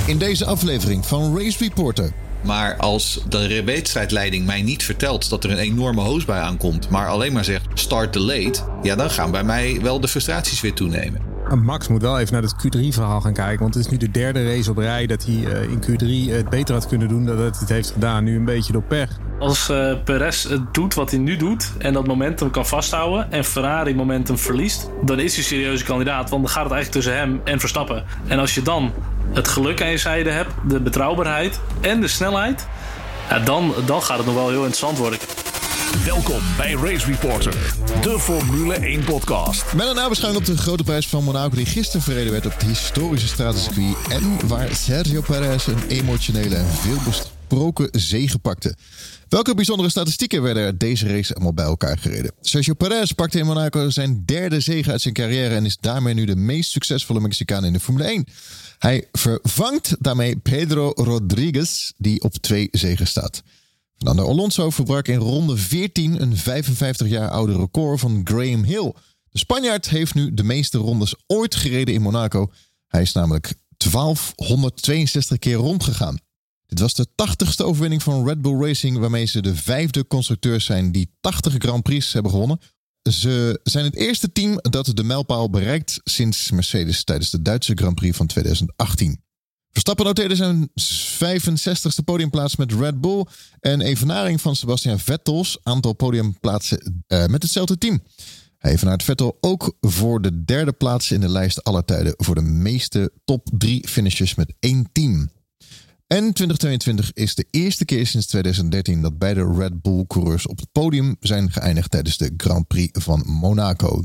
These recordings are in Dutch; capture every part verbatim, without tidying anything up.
In deze aflevering van Race Reporter. Maar als de wedstrijdleiding mij niet vertelt dat er een enorme hoosbui aankomt, maar alleen maar zegt start delayed, ja, dan gaan bij mij wel de frustraties weer toenemen. Max moet wel even naar het Q drie verhaal gaan kijken. Want het is nu de derde race op rij dat hij uh, in Q drie het beter had kunnen doen dan dat hij het heeft gedaan. Nu een beetje door pech. Als uh, Perez het doet wat hij nu doet en dat momentum kan vasthouden en Ferrari momentum verliest, dan is hij een serieuze kandidaat. Want dan gaat het eigenlijk tussen hem en Verstappen. En als je dan het geluk aan je zijde hebt, de betrouwbaarheid en de snelheid, ja, dan, dan gaat het nog wel heel interessant worden. Welkom bij Race Reporter, de Formule één podcast. Met een nabeschouwing op de grote prijs van Monaco die gisteren verreden werd op het historische stratencircuit en waar Sergio Perez een emotionele en veelbesproken zege pakte. Welke bijzondere statistieken werden er deze race allemaal bij elkaar gereden? Sergio Perez pakte in Monaco zijn derde zege uit zijn carrière en is daarmee nu de meest succesvolle Mexicaan in de Formule één. Hij vervangt daarmee Pedro Rodriguez, die op twee zegen staat. Fernando Alonso verbrak in ronde veertien een vijfenvijftig jaar oude record van Graham Hill. De Spanjaard heeft nu de meeste rondes ooit gereden in Monaco. Hij is namelijk twaalfhonderdtweeënzestig keer rondgegaan. Dit was de tachtigste overwinning van Red Bull Racing, waarmee ze de vijfde constructeurs zijn die tachtig Grand Prix hebben gewonnen. Ze zijn het eerste team dat de mijlpaal bereikt sinds Mercedes tijdens de Duitse Grand Prix van tweeduizend achttien. Verstappen noteerde zijn vijfenzestigste podiumplaats met Red Bull en evenaring van Sebastian Vettel's aantal podiumplaatsen uh, met hetzelfde team. Hij evenaart Vettel ook voor de derde plaats in de lijst aller tijden voor de meeste top drie finishes met één team. En twintig tweeëntwintig is de eerste keer sinds tweeduizend dertien dat beide Red Bull-coureurs op het podium zijn geëindigd tijdens de Grand Prix van Monaco.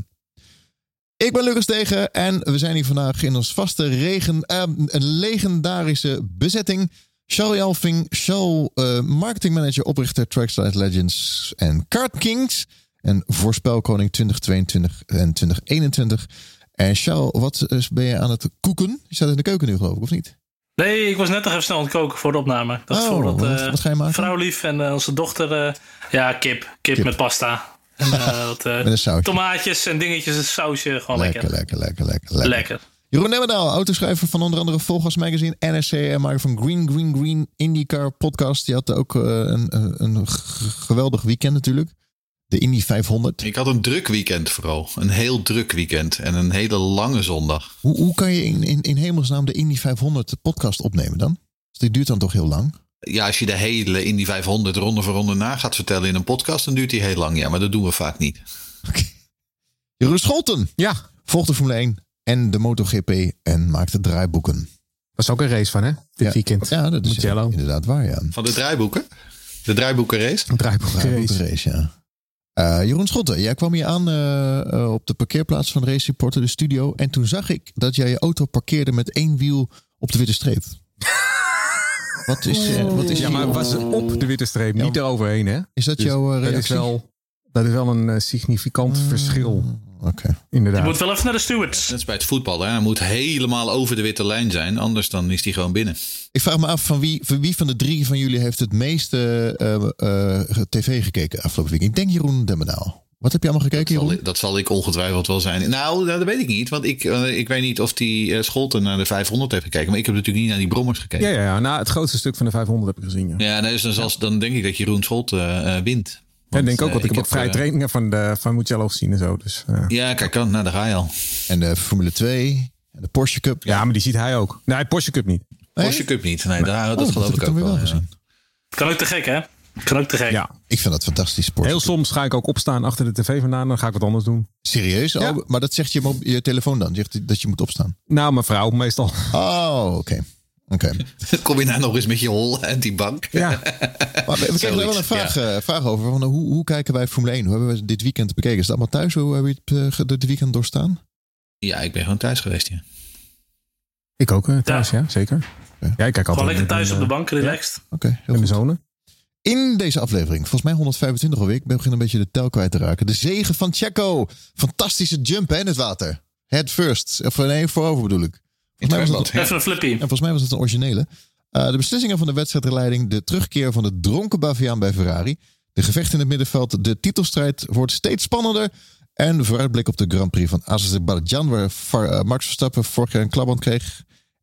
Ik ben Lucas Degen en we zijn hier vandaag in ons vaste regen, uh, een legendarische bezetting. Charlie Alving, Charles, uh, marketingmanager, oprichter Trackside Legends en Kart Kings. En voorspelkoning twintig tweeëntwintig en twintig eenentwintig. En Charles, wat ben je aan het koeken? Je staat in de keuken nu, geloof ik, of niet? Nee, ik was net nog even snel aan het koken voor de opname. Ik dacht oh, voordat, uh, wat, wat ga je maken? Vrouwlief en uh, onze dochter, uh, ja, kip. Kip, kip met pasta. En uh, wat uh, met een tomaatjes en dingetjes, een sausje. Gewoon lekker. Lekker, lekker, lekker, lekker. lekker. Jeroen Nemmendaal, autoschrijver van onder andere Volgas Magazine, N R C en maker van Green Green Green IndyCar podcast. Die had ook uh, een, een, een geweldig weekend natuurlijk. De Indy vijfhonderd. Ik had een druk weekend vooral. Een heel druk weekend en een hele lange zondag. Hoe, hoe kan je in, in, in hemelsnaam de Indy vijfhonderd podcast opnemen dan? Dus die duurt dan toch heel lang? Ja, als je de hele Indy vijfhonderd ronde voor ronde na gaat vertellen in een podcast, dan duurt die heel lang. Ja, maar dat doen we vaak niet. Okay. Jeroen Scholten. Ja. Volgt de Formule één en de MotoGP en maakt de draaiboeken. Dat is ook een race van, hè? Dit ja. weekend. Ja, dat is Mugello. Inderdaad waar, ja. Van de draaiboeken? De draaiboekenrace? Een draaiboekenrace. draaiboekenrace, ja. Uh, Jeroen Schotten, jij kwam hier aan uh, uh, op de parkeerplaats van Race Reporter, de studio. En toen zag ik dat jij je auto parkeerde met één wiel op de witte streep. Wat is, uh, wat is ja, maar het was op de witte streep, niet ja. eroverheen, hè? Is dat dus jouw uh, reactie? Dat is wel, dat is wel een uh, significant uh, verschil. Oké. Okay. Inderdaad. Je moet wel even naar de stewards. Dat is bij het voetbal, hè? Hij moet helemaal over de witte lijn zijn. Anders dan is hij gewoon binnen. Ik vraag me af van wie, van wie van de drie van jullie heeft het meeste uh, uh, tv gekeken afgelopen week. Ik denk Jeroen Demmendaal. Wat heb je allemaal gekeken, dat Jeroen? Zal, dat zal ik ongetwijfeld wel zijn. Nou, dat weet ik niet. Want ik, uh, ik weet niet of die uh, Scholten naar de vijfhonderd heeft gekeken. Maar ik heb natuurlijk niet naar die brommers gekeken. Ja, ja, ja. Nou, het grootste stuk van de vijfhonderd heb ik gezien. Ja, ja dus dan, zal, dan denk ik dat Jeroen Scholten uh, wint. Want, ja, ik denk ook, want uh, ik heb wat vrije uh, trainingen van, de, van Mugello gezien en zo. Dus, uh. Ja, kijk, nou, daar ga je al. En de Formule twee, en de Porsche Cup. Ja, maar die ziet hij ook. Nee, Porsche Cup niet. Nee? Porsche Cup niet. Nee, daar, dat oh, geloof dat ik ook wel. wel kan ook te gek, hè? Kan ook te gek. Ja. Ik vind dat fantastisch sport. Heel soms ga ik ook opstaan achter de tv vandaan. Dan ga ik wat anders doen. Serieus? Ja. Oh, maar dat zegt je op je telefoon dan? Zegt dat je moet opstaan? Nou, mijn vrouw meestal. Oh, oké. Okay. Okay. Kom je nou nog eens met je hol en die bank? Ja. Maar we kregen er wel een vraag, ja. uh, vraag over. Van, hoe, hoe kijken wij Formule één? Hoe hebben we dit weekend bekeken? Is het allemaal thuis? Hoe hebben we het uh, dit weekend doorstaan? Ja, ik ben gewoon thuis geweest, ja. Ik ook uh, thuis, ja, ja zeker. Ja, ja ik kijk gewoon lekker thuis een, op de bank, relaxed. Ja. Oké, okay, in mijn zonen. In deze aflevering, volgens mij honderdvijfentwintig alweer. Ik begin een beetje de tel kwijt te raken. De zege van Checo. Fantastische jump hè, in het water. Head first. Of nee, voorover bedoel ik. Volgens mij was het, even een flippy. En volgens mij was het een originele. Uh, de beslissingen van de wedstrijdleiding. De terugkeer van de dronken baviaan bij Ferrari. De gevecht in het middenveld. De titelstrijd wordt steeds spannender. En de vooruitblik op de Grand Prix van Azerbaijan. Waar Max Verstappen vorig jaar een klapband kreeg.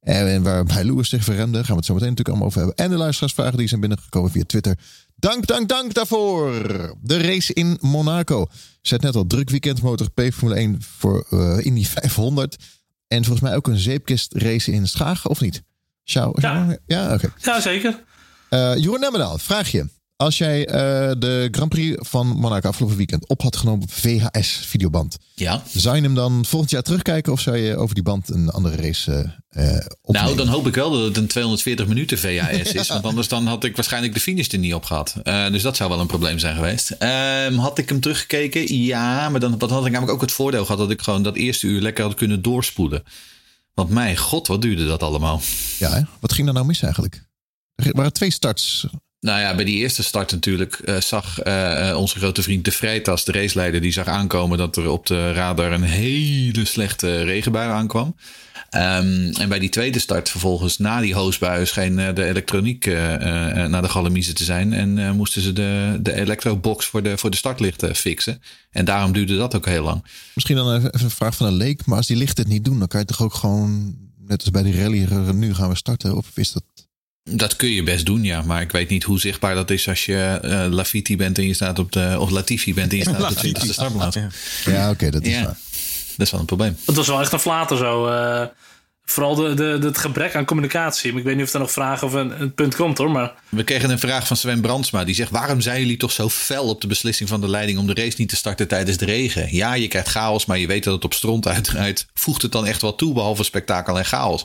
En waarbij Lewis zich verremde. Gaan we het zo meteen natuurlijk allemaal over hebben. En de luisteraarsvragen die zijn binnengekomen via Twitter. Dank, dank, dank daarvoor. De race in Monaco. Zet net al druk weekend MotoGP Formule één voor uh, Indy vijfhonderd. En volgens mij ook een zeepkist race in Schagen, of niet? Sjouw, ja, ja oké. Okay. Ja, zeker. Uh, Jeroen Nemmendaal, vraag je. Als jij uh, de Grand Prix van Monaco afgelopen weekend op had genomen op V H S-videoband. Ja. Zou je hem dan volgend jaar terugkijken of zou je over die band een andere race uh, opnemen? Nou, dan hoop ik wel dat het een tweehonderdveertig minuten V H S is. Want anders dan had ik waarschijnlijk de finish er niet op gehad. Uh, dus dat zou wel een probleem zijn geweest. Uh, had ik hem teruggekeken? Ja, maar dan, dan had ik namelijk ook het voordeel gehad dat ik gewoon dat eerste uur lekker had kunnen doorspoelen. Want mijn god, wat duurde dat allemaal? Ja, hè? Wat ging er nou mis eigenlijk? Er waren twee starts. Nou ja, bij die eerste start natuurlijk uh, zag uh, onze grote vriend De Vrijtas, de raceleider, die zag aankomen dat er op de radar een hele slechte regenbui aankwam. Um, en bij die tweede start vervolgens na die hoosbui scheen uh, de elektroniek uh, uh, naar de galamiezen te zijn. En uh, moesten ze de, de elektrobox voor de, voor de startlichten fixen. En daarom duurde dat ook heel lang. Misschien dan even een vraag van een leek. Maar als die lichten het niet doen, dan kan je toch ook gewoon, net als bij die rally, nu gaan we starten? Of is dat... Dat kun je best doen, ja. Maar ik weet niet hoe zichtbaar dat is als je uh, Latifi bent en je staat op de... Of Latifi bent en je staat op de, de startblad. Ja, ja oké, okay, dat is ja, waar. Dat is wel een probleem. Het was wel echt een flater zo. Uh, vooral de, de, de, het gebrek aan communicatie. Maar ik weet niet of er nog vragen of een, een punt komt hoor. Maar... We kregen een vraag van Sven Brandsma. Die zegt, waarom zijn jullie toch zo fel op de beslissing van de leiding om de race niet te starten tijdens de regen? Ja, je krijgt chaos, maar je weet dat het op stront uitrijdt. Voegt het dan echt wel toe, behalve spektakel en chaos?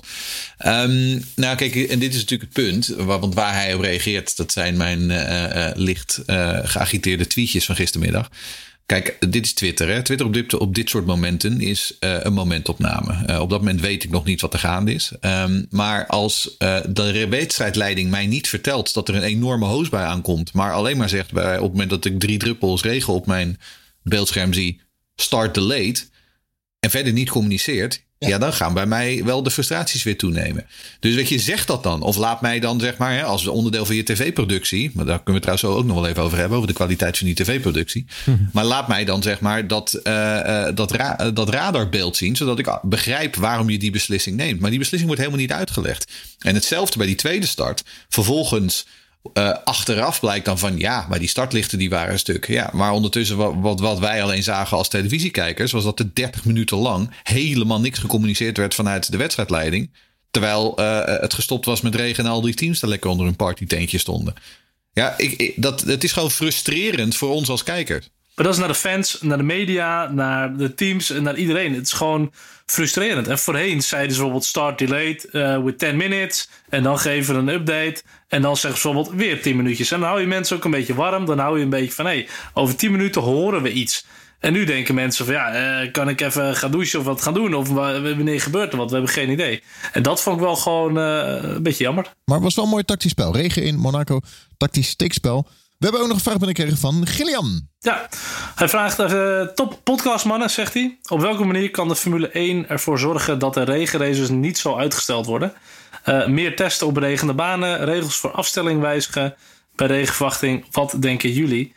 Um, nou kijk, en dit is natuurlijk het punt. Want waar hij op reageert, dat zijn mijn uh, uh, licht uh, geagiteerde tweetjes van gistermiddag. Kijk, dit is Twitter. Hè? Twitter op dit, op dit soort momenten is uh, een momentopname. Uh, op dat moment weet ik nog niet wat er gaande is. Um, maar als uh, de wedstrijdleiding mij niet vertelt dat er een enorme hoosbui aankomt, maar alleen maar zegt bij, op het moment dat ik drie druppels regen op mijn beeldscherm zie, start delayed, en verder niet communiceert, ja. ja, dan gaan bij mij wel de frustraties weer toenemen. Dus weet je, zeg dat dan. Of laat mij dan, zeg maar, hè, als onderdeel van je tv-productie, maar daar kunnen we trouwens ook nog wel even over hebben, over de kwaliteit van die tv-productie. Mm-hmm. Maar laat mij dan, zeg maar, dat, uh, uh, dat, ra- dat radarbeeld zien, zodat ik begrijp waarom je die beslissing neemt. Maar die beslissing wordt helemaal niet uitgelegd. En hetzelfde bij die tweede start. Vervolgens Uh, achteraf blijkt dan van ja, maar die startlichten die waren een stuk. Ja, maar ondertussen wat, wat, wat wij alleen zagen als televisiekijkers was dat er dertig minuten lang helemaal niks gecommuniceerd werd vanuit de wedstrijdleiding. Terwijl uh, het gestopt was met regen en al die teams er lekker onder een partytentje stonden. Ja, ik, ik, dat, het is gewoon frustrerend voor ons als kijkers. Maar dat is naar de fans, naar de media, naar de teams en naar iedereen. Het is gewoon frustrerend. En voorheen zeiden ze bijvoorbeeld start delayed uh, with ten minutes. En dan geven we een update. En dan zeggen ze bijvoorbeeld weer tien minuutjes. En dan hou je mensen ook een beetje warm. Dan hou je een beetje van, hé, hey, over tien minuten horen we iets. En nu denken mensen van, ja, uh, kan ik even gaan douchen of wat gaan doen? Of wanneer gebeurt er wat? We hebben geen idee. En dat vond ik wel gewoon uh, een beetje jammer. Maar het was wel een mooi tactisch spel. Regen in Monaco, tactisch steekspel. We hebben ook nog een vraag binnengekregen van Gillian. Ja, hij vraagt, uh, top podcastmannen, zegt hij. Op welke manier kan de Formule één ervoor zorgen dat de regenraces niet zo uitgesteld worden? Uh, meer testen op beregende banen, regels voor afstelling wijzigen bij regenverwachting. Wat denken jullie?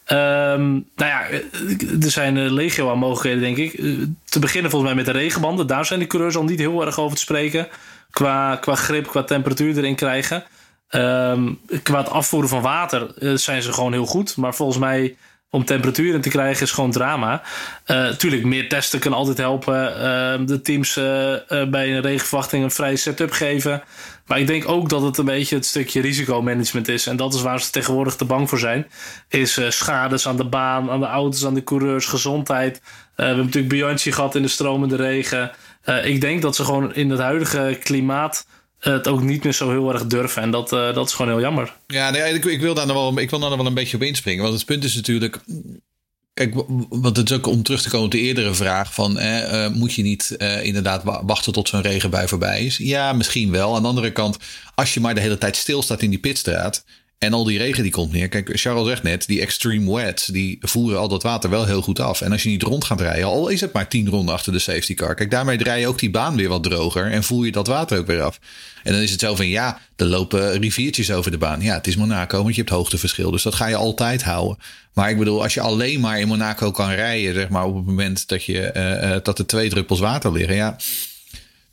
Um, nou ja, er zijn uh, legio aan mogelijkheden, denk ik. Uh, te beginnen volgens mij met de regenbanden. Daar zijn de coureurs al niet heel erg over te spreken. Qua, qua grip, qua temperatuur erin krijgen. Um, qua het afvoeren van water uh, zijn ze gewoon heel goed. Maar volgens mij om temperatuur in te krijgen is gewoon drama. Uh, tuurlijk, meer testen kan altijd helpen. Uh, de teams uh, uh, bij een regenverwachting een vrije setup geven. Maar ik denk ook dat het een beetje het stukje risicomanagement is. En dat is waar ze tegenwoordig te bang voor zijn. Is uh, schades aan de baan, aan de auto's, aan de coureurs, gezondheid. Uh, we hebben natuurlijk Bianchi gehad in de stromende regen. Uh, ik denk dat ze gewoon in het huidige klimaat het ook niet meer zo heel erg durven. En dat, uh, dat is gewoon heel jammer. Ja, nee, ik, ik, wil daar nog wel, ik wil daar nog wel een beetje op inspringen. Want het punt is natuurlijk, kijk, want het is ook om terug te komen op de eerdere vraag van, eh, uh, moet je niet uh, inderdaad wachten tot zo'n regenbui voorbij is? Ja, misschien wel. Aan de andere kant, als je maar de hele tijd stilstaat in die pitstraat en al die regen die komt neer. Kijk, Charles zegt net, die extreme wets, die voeren al dat water wel heel goed af. En als je niet rond gaat rijden, al is het maar tien ronden achter de safety car. Kijk, daarmee draai je ook die baan weer wat droger en voer je dat water ook weer af. En dan is het zo van, ja, er lopen riviertjes over de baan. Ja, het is Monaco, want je hebt hoogteverschil. Dus dat ga je altijd houden. Maar ik bedoel, als je alleen maar in Monaco kan rijden, zeg maar, op het moment dat, je, uh, uh, dat er twee druppels water liggen, ja,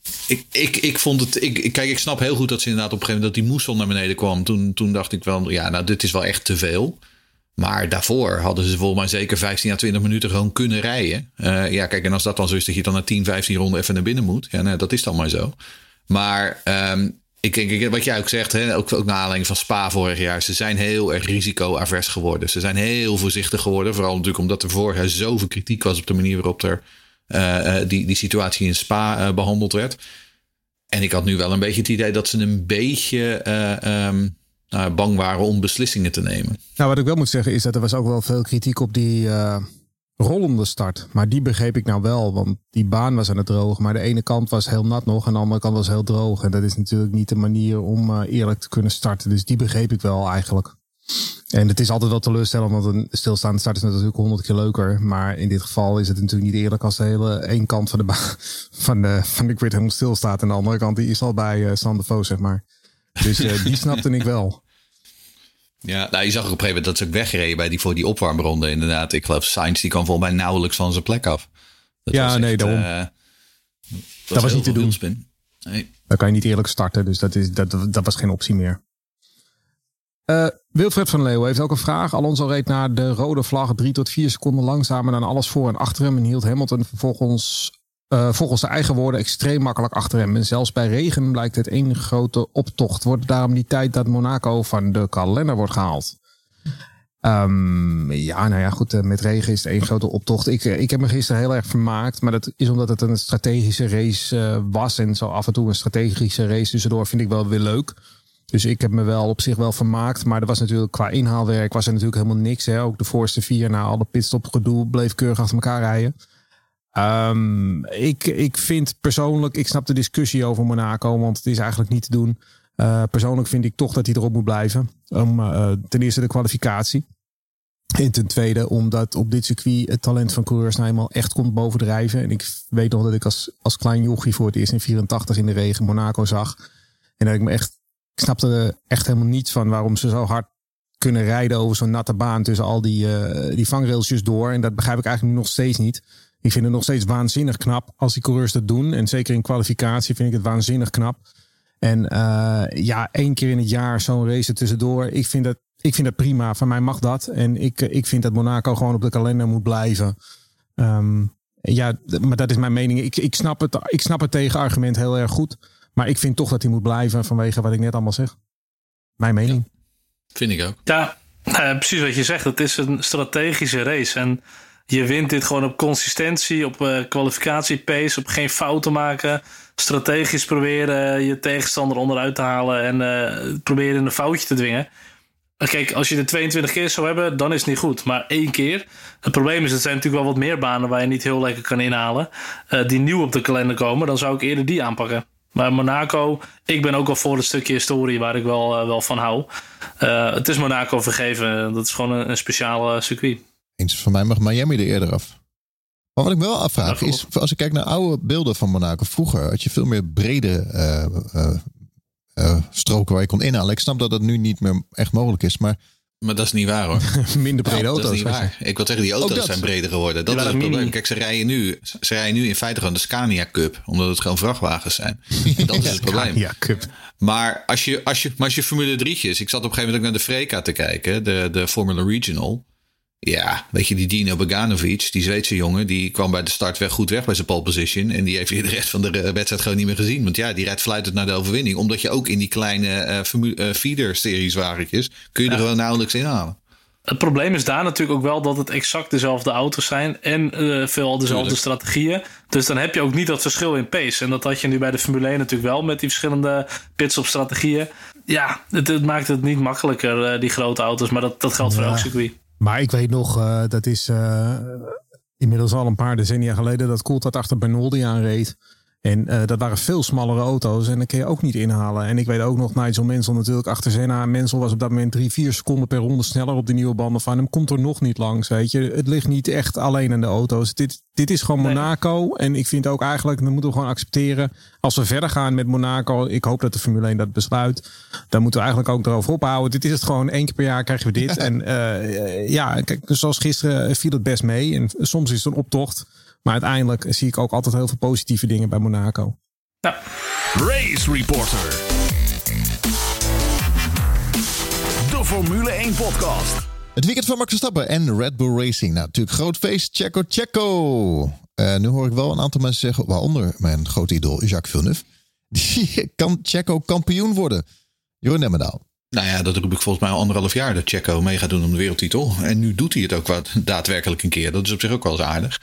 Ik, ik, ik vond het. Ik, kijk, ik snap heel goed dat ze inderdaad op een gegeven moment dat die moesson naar beneden kwam. Toen, toen dacht ik wel, ja, nou, dit is wel echt te veel. Maar daarvoor hadden ze volgens mij zeker vijftien à twintig minuten gewoon kunnen rijden. Uh, ja, kijk, en als dat dan zo is dat je dan na tien, vijftien ronden even naar binnen moet. Ja, nou, dat is dan maar zo. Maar um, ik denk, wat jij ook zegt, hè, ook, ook naar aanleiding van Spa vorig jaar. Ze zijn heel erg risico-avers geworden. Ze zijn heel voorzichtig geworden. Vooral natuurlijk omdat er vorig jaar zoveel kritiek was op de manier waarop er uh, uh, die, die situatie in Spa uh, behandeld werd. En ik had nu wel een beetje het idee dat ze een beetje uh, um, uh, bang waren om beslissingen te nemen. Nou, wat ik wel moet zeggen is dat er was ook wel veel kritiek op die uh, rollende start. Maar die begreep ik nou wel, want die baan was aan het drogen. Maar de ene kant was heel nat nog en de andere kant was heel droog. En dat is natuurlijk niet de manier om uh, eerlijk te kunnen starten. Dus die begreep ik wel eigenlijk. En het is altijd wel teleurstellend, want een stilstaande start is natuurlijk honderd keer leuker. Maar in dit geval is het natuurlijk niet eerlijk als de hele één kant van de baan van de, van de grid helemaal stilstaat. En de andere kant die is al bij uh, Sander Vos, zeg maar. Dus uh, die snapte ik wel. Ja, nou, je zag ook op een gegeven moment dat ze ook wegreden bij die, voor die opwarmronde inderdaad. Ik geloof Sainz die kwam volgens mij nauwelijks van zijn plek af. Dat ja, was nee, echt, daarom. Uh, dat, dat was niet te doen. Nee. Dan kan je niet eerlijk starten, dus dat, is, dat, dat was geen optie meer. Uh, Wilfred van Leeuwen heeft ook een vraag. Alonso reed naar de rode vlag drie tot vier seconden langzamer dan alles voor en achter hem. En hield Hamilton vervolgens, uh, volgens zijn eigen woorden, extreem makkelijk achter hem. En zelfs bij regen blijkt het één grote optocht. Wordt daarom die tijd dat Monaco van de kalender wordt gehaald? Um, ja, nou ja, goed. Uh, met regen is het één grote optocht. Ik, uh, ik heb me gisteren heel erg vermaakt. Maar dat is omdat het een strategische race uh, was. En zo af en toe een strategische race tussendoor vind ik wel weer leuk. Dus ik heb me wel op zich wel vermaakt. Maar er was natuurlijk qua inhaalwerk was er natuurlijk helemaal niks. Hè. Ook de voorste vier na alle pitstop gedoe bleef keurig achter elkaar rijden. Um, ik, ik vind persoonlijk, ik snap de discussie over Monaco, want het is eigenlijk niet te doen. Uh, persoonlijk vind ik toch dat hij erop moet blijven. Om uh, ten eerste de kwalificatie. En ten tweede omdat op dit circuit het talent van coureurs nou eenmaal echt komt bovendrijven. En ik weet nog dat ik als, als klein jochie voor het eerst in vierentachtig in de regen Monaco zag. En dat ik me echt Ik snapte er echt helemaal niets van waarom ze zo hard kunnen rijden over zo'n natte baan tussen al die, uh, die vangrailsjes door. En dat begrijp ik eigenlijk nog steeds niet. Ik vind het nog steeds waanzinnig knap als die coureurs dat doen. En zeker in kwalificatie vind ik het waanzinnig knap. En uh, ja, één keer in het jaar zo'n race er tussendoor. Ik vind dat, ik vind dat prima. Van mij mag dat. En ik, ik vind dat Monaco gewoon op de kalender moet blijven. Um, ja, maar dat is mijn mening. Ik, ik, snap het, ik snap het tegenargument heel erg goed. Maar ik vind toch dat hij moet blijven vanwege wat ik net allemaal zeg. Mijn mening. Ja, vind ik ook. Ja, uh, precies wat je zegt. Het is een strategische race. En je wint dit gewoon op consistentie, op uh, kwalificatie, pace, op geen fouten maken. Strategisch proberen je tegenstander onderuit te halen en uh, proberen in een foutje te dwingen. Kijk, als je er tweeëntwintig keer zou hebben, dan is het niet goed. Maar één keer. Het probleem is, er zijn natuurlijk wel wat meer banen waar je niet heel lekker kan inhalen. Uh, die nieuw op de kalender komen. Dan zou ik eerder die aanpakken. Maar Monaco, ik ben ook wel voor het stukje historie waar ik wel, uh, wel van hou. Uh, het is Monaco vergeven. Dat is gewoon een, een speciale circuit. Eens van mij mag Miami er eerder af. Maar wat ik me wel afvraag ja, is, als ik kijk naar oude beelden van Monaco. Vroeger had je veel meer brede uh, uh, uh, stroken waar je kon inhalen. Ik snap dat dat nu niet meer echt mogelijk is, maar... Maar dat is niet waar hoor. Minder brede ja, auto's. Dat is niet waar. Ik wil zeggen, die auto's zijn breder geworden. Dat ja, is het probleem. Kijk, ze rijden, nu, ze rijden nu in feite gewoon de Scania Cup. Omdat het gewoon vrachtwagens zijn. En dat is het probleem. Ja, Cup. Maar als je, als je, maar als je Formule drietjes... Ik zat op een gegeven moment ook naar de Freka te kijken. De, de Formula Regional. Ja, weet je, die Dino Beganovic, die Zweedse jongen... die kwam bij de start weg goed weg bij zijn pole position. En die heeft de rest van de wedstrijd gewoon niet meer gezien. Want ja, die rijdt fluitend naar de overwinning. Omdat je ook in die kleine uh, formule, uh, feeder-series wagentjes... kun je ja. er gewoon nauwelijks inhalen. Het probleem is daar natuurlijk ook wel dat het exact dezelfde auto's zijn... en uh, veelal dezelfde Tuurlijk. strategieën. Dus dan heb je ook niet dat verschil in pace. En dat had je nu bij de Formule één natuurlijk wel... met die verschillende pitstop-strategieën. Ja, het, het maakt het niet makkelijker, uh, die grote auto's. Maar dat, dat geldt ja. voor elk circuit. Maar ik weet nog, uh, dat is uh, inmiddels al een paar decennia geleden... dat Coulthard achter Bernoldi aanreed. En uh, dat waren veel smallere auto's en dat kun je ook niet inhalen. En ik weet ook nog, Nigel Mansell natuurlijk achter Senna. Mansell was op dat moment drie, vier seconden per ronde sneller op de nieuwe banden van hem. Komt er nog niet langs, weet je. Het ligt niet echt alleen aan de auto's. Dit, dit is gewoon nee. Monaco. En ik vind ook eigenlijk, dat moeten we gewoon accepteren. Als we verder gaan met Monaco, ik hoop dat de Formule één dat besluit. Dan moeten we eigenlijk ook erover ophouden. Dit is het gewoon, één keer per jaar krijgen we dit. En uh, ja, kijk, zoals gisteren viel het best mee. En soms is het een optocht. Maar uiteindelijk zie ik ook altijd heel veel positieve dingen bij Monaco. Ja. Race Reporter. De Formule één podcast. Het weekend van Max Verstappen en Red Bull Racing. Nou, natuurlijk groot feest. Checo, Checo. Uh, nu hoor ik wel een aantal mensen zeggen, waaronder mijn grote idool Jacques Villeneuve. Die kan Checo kampioen worden. Jeroen Nemmendaal. Nou ja, dat roep ik volgens mij al anderhalf jaar dat Checo mee gaat doen om de wereldtitel. En nu doet hij het ook wat daadwerkelijk een keer. Dat is op zich ook wel eens aardig.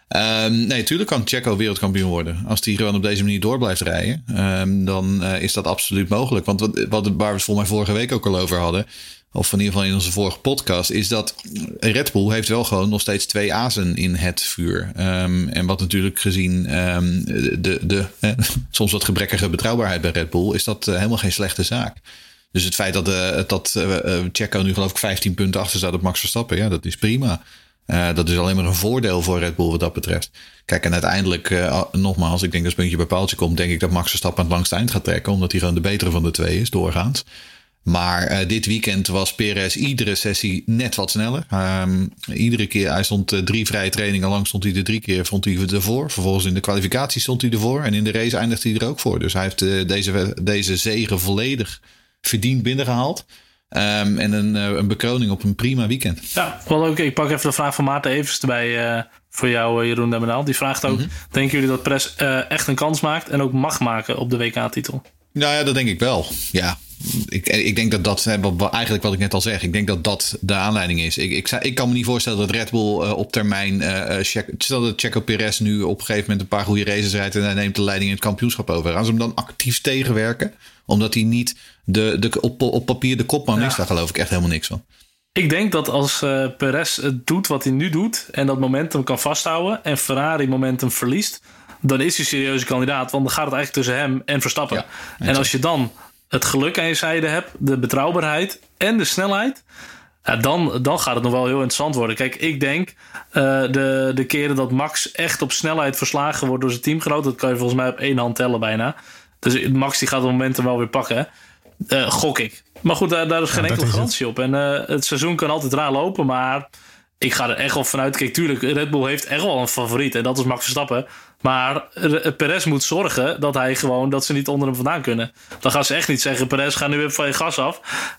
Um, nee, tuurlijk kan Checo wereldkampioen worden. Als hij gewoon op deze manier door blijft rijden, um, dan uh, is dat absoluut mogelijk. Want wat, wat waar we het volgens mij vorige week ook al over hadden, of in ieder geval in onze vorige podcast, is dat Red Bull heeft wel gewoon nog steeds twee azen in het vuur. Um, en wat natuurlijk gezien um, de, de eh, soms wat gebrekkige betrouwbaarheid bij Red Bull, is dat uh, helemaal geen slechte zaak. Dus het feit dat, uh, dat uh, Checo nu geloof ik vijftien punten achter staat op Max Verstappen, ja, dat is prima. Uh, dat is alleen maar een voordeel voor Red Bull wat dat betreft. Kijk, en uiteindelijk, uh, nogmaals, ik denk als het puntje bij paaltje komt, denk ik dat Max Verstappen aan het langste eind gaat trekken, omdat hij gewoon de betere van de twee is, doorgaans. Maar uh, dit weekend was Perez iedere sessie net wat sneller. Um, iedere keer, hij stond uh, drie vrije trainingen lang, stond hij er drie keer, stond hij ervoor. Vervolgens in de kwalificatie stond hij ervoor en in de race eindigde hij er ook voor. Dus hij heeft uh, deze, deze zege volledig verdiend binnengehaald. Um, en een, uh, een bekroning op een prima weekend. Ja, wel ook. Ik pak even de vraag van Maarten Evers erbij uh, voor jou, uh, Jeroen Demmenaal. Die vraagt ook, mm-hmm. denken jullie dat Perez uh, echt een kans maakt en ook mag maken op de W K-titel? Nou ja, dat denk ik wel. Ja, ik, ik denk dat dat, eigenlijk wat ik net al zeg, ik denk dat dat de aanleiding is. Ik, ik, ik kan me niet voorstellen dat Red Bull uh, op termijn, uh, check, stel dat Checo Perez nu op een gegeven moment een paar goede races rijdt en hij neemt de leiding in het kampioenschap over. Gaan ze hem dan actief tegenwerken? Omdat hij niet de, de, op, op papier de kopman ja. is, daar geloof ik echt helemaal niks van. Ik denk dat als uh, Perez het doet wat hij nu doet en dat momentum kan vasthouden en Ferrari momentum verliest, dan is hij serieuze kandidaat. Want dan gaat het eigenlijk tussen hem en Verstappen. Ja, en als je dan het geluk aan je zijde hebt, de betrouwbaarheid en de snelheid, ja, dan, dan gaat het nog wel heel interessant worden. Kijk, ik denk uh, de, de keren dat Max echt op snelheid verslagen wordt door zijn teamgenoot, dat kan je volgens mij op één hand tellen bijna. Dus Max die gaat het momentum wel weer pakken. Uh, gok ik. Maar goed, daar, daar is geen ja, enkele garantie op. En uh, het seizoen kan altijd raar lopen, maar ik ga er echt wel vanuit. Kijk, tuurlijk, Red Bull heeft echt wel een favoriet en dat is Max Verstappen. Maar Perez moet zorgen dat hij gewoon dat ze niet onder hem vandaan kunnen. Dan gaan ze echt niet zeggen, Perez, ga nu even van je gas af.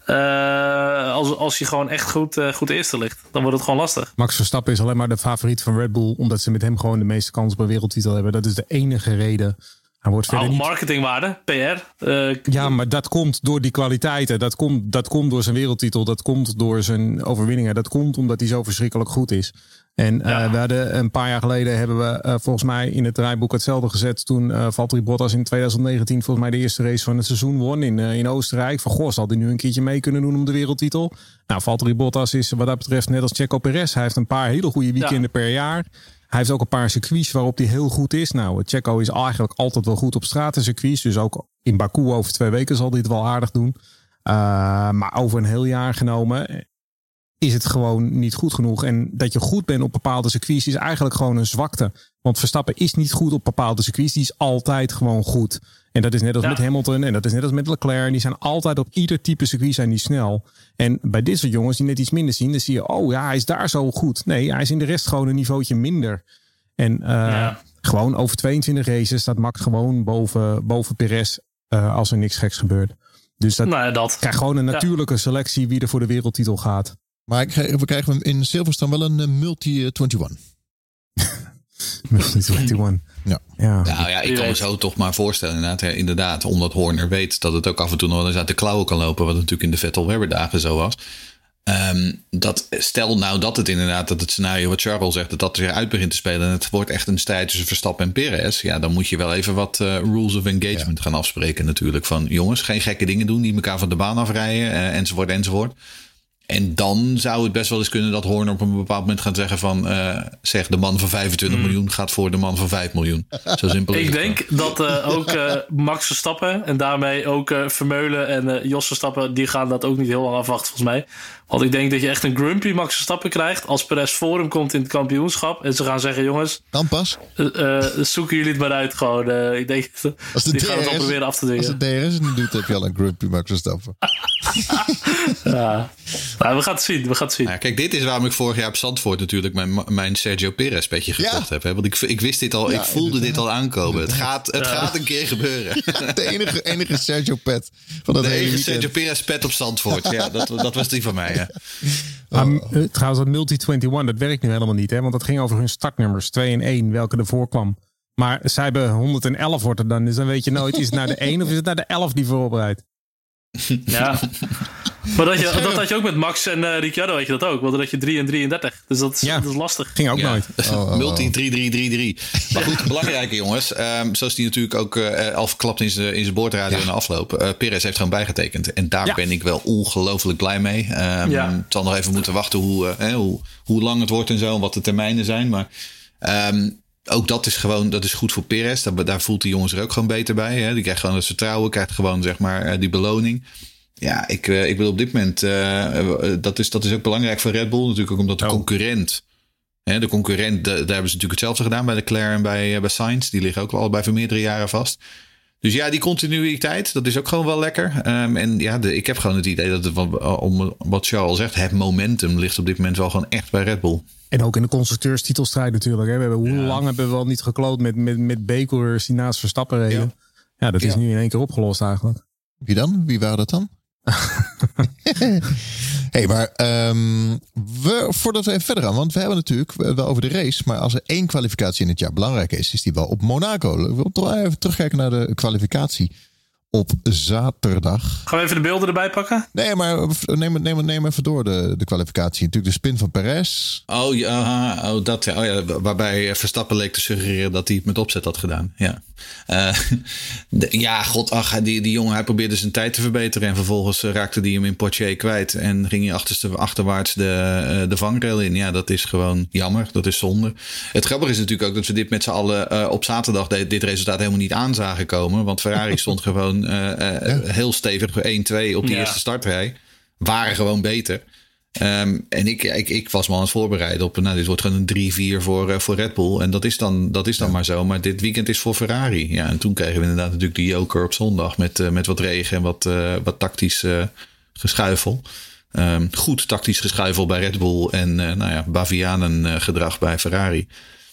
Uh, als, als je gewoon echt goed, uh, goed eerste ligt. Dan wordt het gewoon lastig. Max Verstappen is alleen maar de favoriet van Red Bull, omdat ze met hem gewoon de meeste kans op een wereldtitel hebben. Dat is de enige reden. Hij wordt verder oh, niet... marketingwaarde, P R. Uh, ja, maar dat komt door die kwaliteiten. Dat komt, dat komt door zijn wereldtitel. Dat komt door zijn overwinningen. Dat komt omdat hij zo verschrikkelijk goed is. En ja. uh, we hadden een paar jaar geleden hebben we uh, volgens mij in het draaiboek hetzelfde gezet. Toen uh, Valtteri Bottas in twintig negentien volgens mij de eerste race van het seizoen won in, uh, in Oostenrijk. Van goh, zal hij nu een keertje mee kunnen doen om de wereldtitel? Nou, Valtteri Bottas is wat dat betreft net als Checo Perez. Hij heeft een paar hele goede weekenden ja. per jaar. Hij heeft ook een paar circuits waarop hij heel goed is. Nou, Checo is eigenlijk altijd wel goed op stratencircuits. Dus ook in Baku over twee weken zal hij het wel aardig doen. Uh, maar over een heel jaar genomen is het gewoon niet goed genoeg. En dat je goed bent op bepaalde circuits is eigenlijk gewoon een zwakte. Want Verstappen is niet goed op bepaalde circuits. Die is altijd gewoon goed. En dat is net als ja. met Hamilton en dat is net als met Leclerc. Die zijn altijd op ieder type circuit zijn die snel. En bij dit soort jongens die net iets minder zien, dan zie je, oh ja, hij is daar zo goed. Nee, hij is in de rest gewoon een niveautje minder. En uh, ja. gewoon over tweeëntwintig races staat Max gewoon boven, boven Perez uh, als er niks geks gebeurt. Dus dat, nou ja, dat. krijgt gewoon een natuurlijke ja. selectie wie er voor de wereldtitel gaat. Maar we krijgen in Silverstone wel een uh, multi eenentwintig. multi eenentwintig. Ja. Ja. Nou ja, ik kan me zo toch maar voorstellen inderdaad, inderdaad. Omdat Horner weet dat het ook af en toe nog eens uit de klauwen kan lopen. Wat natuurlijk in de Vettel-Webber dagen zo was. Um, dat, stel nou dat het inderdaad, dat het scenario wat Charles al zegt, dat dat weer uit begint te spelen. En het wordt echt een strijd tussen Verstappen en Perez. Ja, dan moet je wel even wat uh, rules of engagement ja. gaan afspreken natuurlijk. Van jongens, geen gekke dingen doen, die elkaar van de baan afrijden, uh, enzovoort, enzovoort. En dan zou het best wel eens kunnen dat Horner op een bepaald moment gaat zeggen van, uh, zeg de man van vijfentwintig mm. miljoen gaat voor de man van vijf miljoen. Zo simpel is Ik het denk gewoon. dat uh, ook uh, Max Verstappen en daarmee ook uh, Vermeulen en uh, Jos Verstappen, die gaan dat ook niet heel lang afwachten volgens mij. Want ik denk dat je echt een grumpy Max Verstappen krijgt als Perez voor hem komt in het kampioenschap. En ze gaan zeggen, jongens, dan pas. Uh, uh, zoeken jullie het maar uit gewoon. Uh, ik denk, als de die D R S, gaan het al proberen af te dwingen. Als de D R S het niet doet, heb je al een grumpy Max Verstappen. ja. Nou, we gaan het zien. We gaan het zien. Nou, kijk, dit is waarom ik vorig jaar op Zandvoort natuurlijk mijn, mijn Sergio Perez petje gekocht ja. heb. Hè? Want ik, ik wist dit al, ja, ik voelde dit al aankomen. Het gaat, het ja. gaat een keer gebeuren. De enige, enige Sergio pet van dat De hele enige weekend. Sergio Perez pet op Zandvoort. Ja, dat, dat was die van mij. Ja. Oh. Um, trouwens, dat Multi eenentwintig, dat werkt nu helemaal niet. Hè? Want dat ging over hun startnummers. twee en één, welke ervoor kwam. Maar zij hebben honderdelf wordt er dan. Dus dan weet je nooit, is het naar de één of is het naar de elf die voorop rijdt. Ja. Maar dat, je, dat had je ook met Max en uh, Ricciardo, weet je dat ook. Want dan had je drie en drieëndertig. Dus dat is, ja. dat is lastig. Ging ook ja. nooit. Oh, oh, oh. Multi drie drie drie drie. Maar goed, belangrijke jongens. Um, zoals die natuurlijk ook uh, al verklapt in zijn in zijn boordradio ja. in de afloop. Uh, Perez heeft gewoon bijgetekend. En daar ja. ben ik wel ongelooflijk blij mee. Um, ja. Het zal nog even moeten wachten hoe, uh, hoe, hoe lang het wordt en zo. En wat de termijnen zijn. Maar um, ook dat is gewoon, dat is goed voor Perez. Daar, daar voelt die jongens er ook gewoon beter bij. Hè? Die krijgt gewoon het vertrouwen. Krijgt gewoon zeg maar die beloning. Ja, ik, uh, ik wil op dit moment... Uh, uh, dat, is, dat is ook belangrijk voor Red Bull. Natuurlijk ook omdat de oh. concurrent... Hè, de concurrent, de, daar hebben ze natuurlijk hetzelfde gedaan bij Leclerc en bij, uh, bij Sainz. Die liggen ook al allebei voor meerdere jaren vast. Dus ja, die continuïteit, dat is ook gewoon wel lekker. Um, en ja, de, ik heb gewoon het idee dat het, om wat Charles al zegt... het momentum ligt op dit moment wel gewoon echt bij Red Bull. En ook in de constructeurstitelstrijd natuurlijk. Hè. We hebben, hoe ja. lang hebben we wel niet gekloot met, met, met B-coureurs die naast Verstappen reden? Ja, ja dat is ja. nu in één keer opgelost eigenlijk. Wie dan? Wie waren dat dan? hey, maar um, we, voordat we even verder gaan, want we hebben natuurlijk wel over de race, maar als er één kwalificatie in het jaar belangrijk is, is die wel op Monaco. Ik wil toch even terugkijken naar de kwalificatie op zaterdag. Gaan we even de beelden erbij pakken? Nee, maar neem, neem, neem even door de, de kwalificatie. Natuurlijk de spin van Perez. Oh ja, oh, dat, oh ja, waarbij Verstappen leek te suggereren dat hij het met opzet had gedaan. Ja, uh, de, ja god, ach, die, die jongen, hij probeerde zijn tijd te verbeteren. En vervolgens raakte hij hem in Poitiers kwijt. En ging hij achterste, achterwaarts de, de vangrail in. Ja, dat is gewoon jammer. Dat is zonde. Het grappige is natuurlijk ook dat we dit met z'n allen uh, op zaterdag de, dit resultaat helemaal niet aan zagen komen. Want Ferrari stond gewoon Uh, uh, ja. heel stevig één twee op die ja. eerste startrij. Waren gewoon beter. Um, en ik, ik, ik was me aan het voorbereiden op... nou, dit wordt gewoon een drie vier voor, uh, voor Red Bull. En dat is dan, dat is dan ja. maar zo. Maar dit weekend is voor Ferrari. Ja, en toen kregen we inderdaad natuurlijk de joker op zondag... met, uh, met wat regen en wat, uh, wat tactisch uh, geschuifel. Um, goed tactisch geschuifel bij Red Bull... en uh, nou ja, Bavianen uh, gedrag bij Ferrari.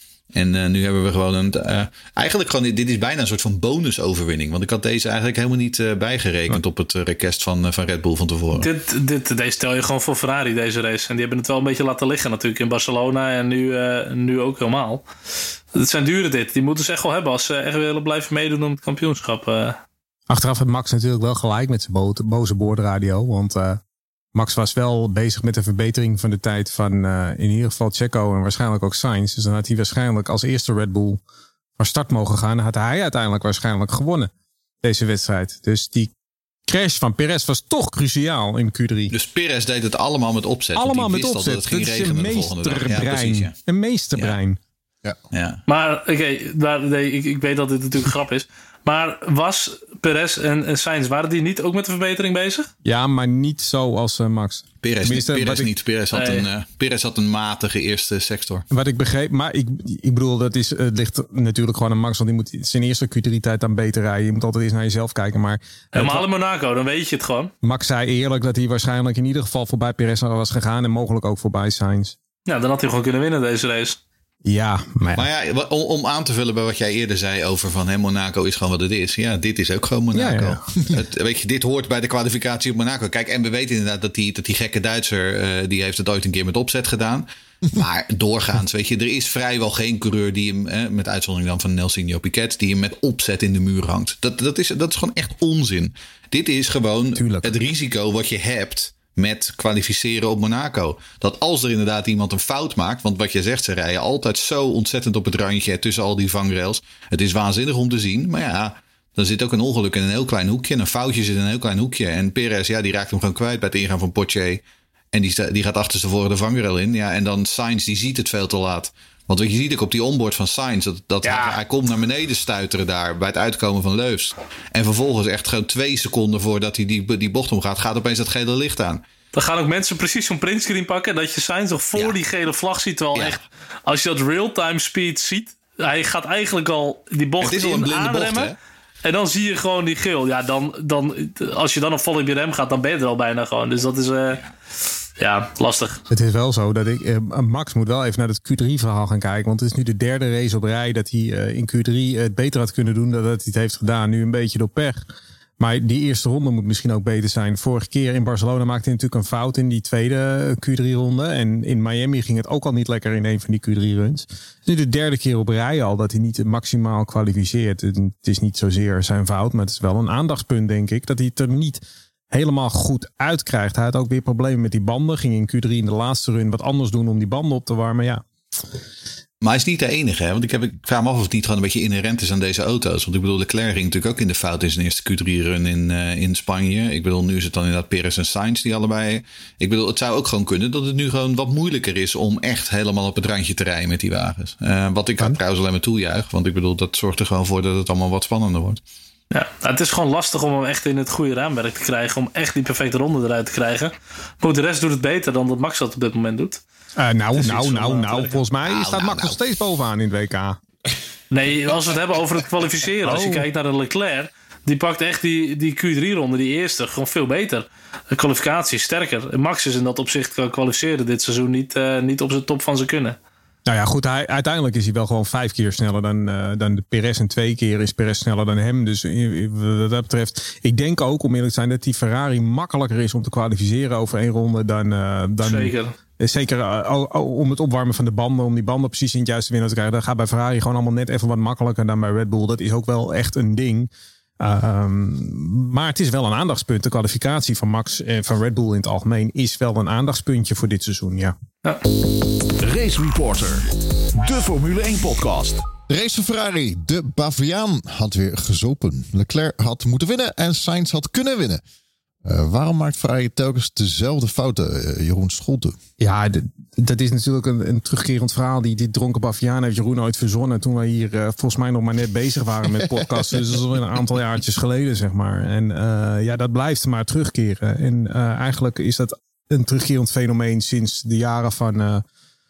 En uh, nu hebben we gewoon een... Uh, eigenlijk gewoon... Dit is bijna een soort van bonusoverwinning. Want ik had deze eigenlijk helemaal niet uh, bijgerekend... op het uh, request van, uh, van Red Bull van tevoren. Dit, dit, deze stel je gewoon voor Ferrari, deze race. En die hebben het wel een beetje laten liggen natuurlijk in Barcelona. En nu, uh, nu ook helemaal. Het zijn duren dit. Die moeten ze echt wel hebben... als ze echt willen blijven meedoen om het kampioenschap. Uh. Achteraf heeft Max natuurlijk wel gelijk met zijn bo- boze boordradio. Want... Uh... Max was wel bezig met de verbetering van de tijd van uh, in ieder geval Checo en waarschijnlijk ook Sainz. Dus dan had hij waarschijnlijk als eerste Red Bull van start mogen gaan. Dan had hij uiteindelijk waarschijnlijk gewonnen, deze wedstrijd. Dus die crash van Perez was toch cruciaal in Q drie. Dus Perez deed het allemaal met opzet. Allemaal met opzet. Dat, dat het ging is regenen een de volgende dag. Ja, meesterbrein. ja. Een meesterbrein. Ja. Ja. Maar oké, okay, nee, ik, ik weet dat dit natuurlijk een grap is. Maar was Perez en, en Sainz, waren die niet ook met de verbetering bezig? Ja, maar niet zo als uh, Max. Perez, Perez ik, niet. Perez had, nee. een, uh, Perez had een matige eerste sector. Wat ik begreep, maar ik, ik bedoel, dat is, het ligt natuurlijk gewoon aan Max. Want die moet zijn eerste Q drie tijd dan beter rijden. Je moet altijd eens naar jezelf kijken. Maar helemaal in Monaco, dan weet je het gewoon. Max zei eerlijk dat hij waarschijnlijk in ieder geval voorbij Perez was gegaan. En mogelijk ook voorbij Sainz. Ja, dan had hij gewoon kunnen winnen deze race. Ja, maar ja. Maar ja, om, om aan te vullen bij wat jij eerder zei over van hè, Monaco is gewoon wat het is. Ja, dit is ook gewoon Monaco. Ja, ja. Het, weet je, dit hoort bij de kwalificatie op Monaco. Kijk, en we weten inderdaad dat die, dat die gekke Duitser, uh, die heeft het ooit een keer met opzet gedaan. Maar doorgaans, weet je, er is vrijwel geen coureur die hem, eh, met uitzondering dan van Nelsinho Piquet, die hem met opzet in de muur hangt. Dat, dat, is, dat is gewoon echt onzin. Dit is gewoon Tuurlijk. het risico wat je hebt met kwalificeren op Monaco. Dat als er inderdaad iemand een fout maakt, want wat je zegt, ze rijden altijd zo ontzettend op het randje tussen al die vangrails. Het is waanzinnig om te zien, maar ja, dan zit ook een ongeluk in een heel klein hoekje. En een foutje zit in een heel klein hoekje. En Perez, ja, die raakt hem gewoon kwijt bij het ingaan van Poitiers. En die, die gaat achterstevoren de vangrail in. Ja, en dan Sainz, die ziet het veel te laat. Want wat je ziet ook op die onboard van Sainz, dat, dat ja. hij, hij komt naar beneden stuiteren daar bij het uitkomen van Leus. En vervolgens echt gewoon twee seconden voordat hij die, die bocht omgaat, gaat opeens dat gele licht aan. Dan gaan ook mensen precies zo'n printscreen pakken, dat je Sainz nog voor ja. die gele vlag ziet. Terwijl ja. echt, als je dat real-time speed ziet, hij gaat eigenlijk al die bocht het is al een in blinde aanremmen. bocht, En dan zie je gewoon die geel. Ja, dan, dan, als je dan op vol op je rem gaat, dan ben je er al bijna gewoon. Dus dat is uh, ja, lastig. Het is wel zo dat ik... Uh, Max moet wel even naar het Q drie verhaal gaan kijken. Want het is nu de derde race op rij dat hij uh, in Q drie het beter had kunnen doen dan dat hij het heeft gedaan. Nu een beetje door pech. Maar die eerste ronde moet misschien ook beter zijn. Vorige keer in Barcelona maakte hij natuurlijk een fout in die tweede Q drie ronde. En in Miami ging het ook al niet lekker in een van die Q drie runs. Het is nu de derde keer op rij al dat hij niet maximaal kwalificeert. Het is niet zozeer zijn fout, maar het is wel een aandachtspunt, denk ik. Dat hij het er niet helemaal goed uitkrijgt. Hij had ook weer problemen met die banden. Ging in Q drie in de laatste run wat anders doen om die banden op te warmen. Ja. Maar hij is niet de enige, hè? Want ik, heb, ik vraag me af of het niet gewoon een beetje inherent is aan deze auto's. Want ik bedoel, Leclerc ging natuurlijk ook in de fout in zijn eerste Q drie run in, uh, in Spanje. Ik bedoel, nu is het dan inderdaad Perez en Sainz die allebei... Ik bedoel, het zou ook gewoon kunnen dat het nu gewoon wat moeilijker is om echt helemaal op het randje te rijden met die wagens. Uh, wat ik ja. trouwens alleen maar toejuich. Want ik bedoel, dat zorgt er gewoon voor dat het allemaal wat spannender wordt. Ja, het is gewoon lastig om hem echt in het goede raamwerk te krijgen. Om echt die perfecte ronde eruit te krijgen. Maar de rest doet het beter dan dat Max dat op dit moment doet. Uh, nou, nou, nou, nou. Volgens mij nou, staat nou, Max nou. nog steeds bovenaan in het W K. Nee, als we het hebben over het kwalificeren. Oh. Als je kijkt naar de Leclerc. Die pakt echt die, die Q drie ronde, die eerste, gewoon veel beter. De kwalificatie is sterker. Max is in dat opzicht kan kwalificeren dit seizoen niet, uh, niet op zijn top van zijn kunnen. Nou ja, goed. Hij, uiteindelijk is hij wel gewoon vijf keer sneller dan, uh, dan de Perez. En twee keer is Perez sneller dan hem. Dus wat dat betreft, ik denk ook, om eerlijk te zijn, dat die Ferrari makkelijker is om te kwalificeren over één ronde dan... Uh, dan Zeker. Zeker uh, om het opwarmen van de banden, om die banden precies in het juiste winnaar te krijgen. Dat gaat bij Ferrari gewoon allemaal net even wat makkelijker dan bij Red Bull. Dat is ook wel echt een ding. Um, maar het is wel een aandachtspunt. De kwalificatie van Max en van Red Bull in het algemeen is wel een aandachtspuntje voor dit seizoen, ja. ja. Race Reporter, de Formule één podcast. De race van Ferrari. De Bavariaan had weer gezopen. Leclerc had moeten winnen en Sainz had kunnen winnen. Uh, waarom maakt Ferrari telkens dezelfde fouten, uh, Jeroen Scholte? Ja, d- dat is natuurlijk een, een terugkerend verhaal. Die, die dronken Baviaan heeft Jeroen ooit verzonnen. Toen wij hier uh, volgens mij nog maar net bezig waren met podcasten. Dus dat is al een aantal jaartjes geleden, zeg maar. En uh, ja, dat blijft maar terugkeren. En uh, eigenlijk is dat een terugkerend fenomeen sinds de jaren van uh,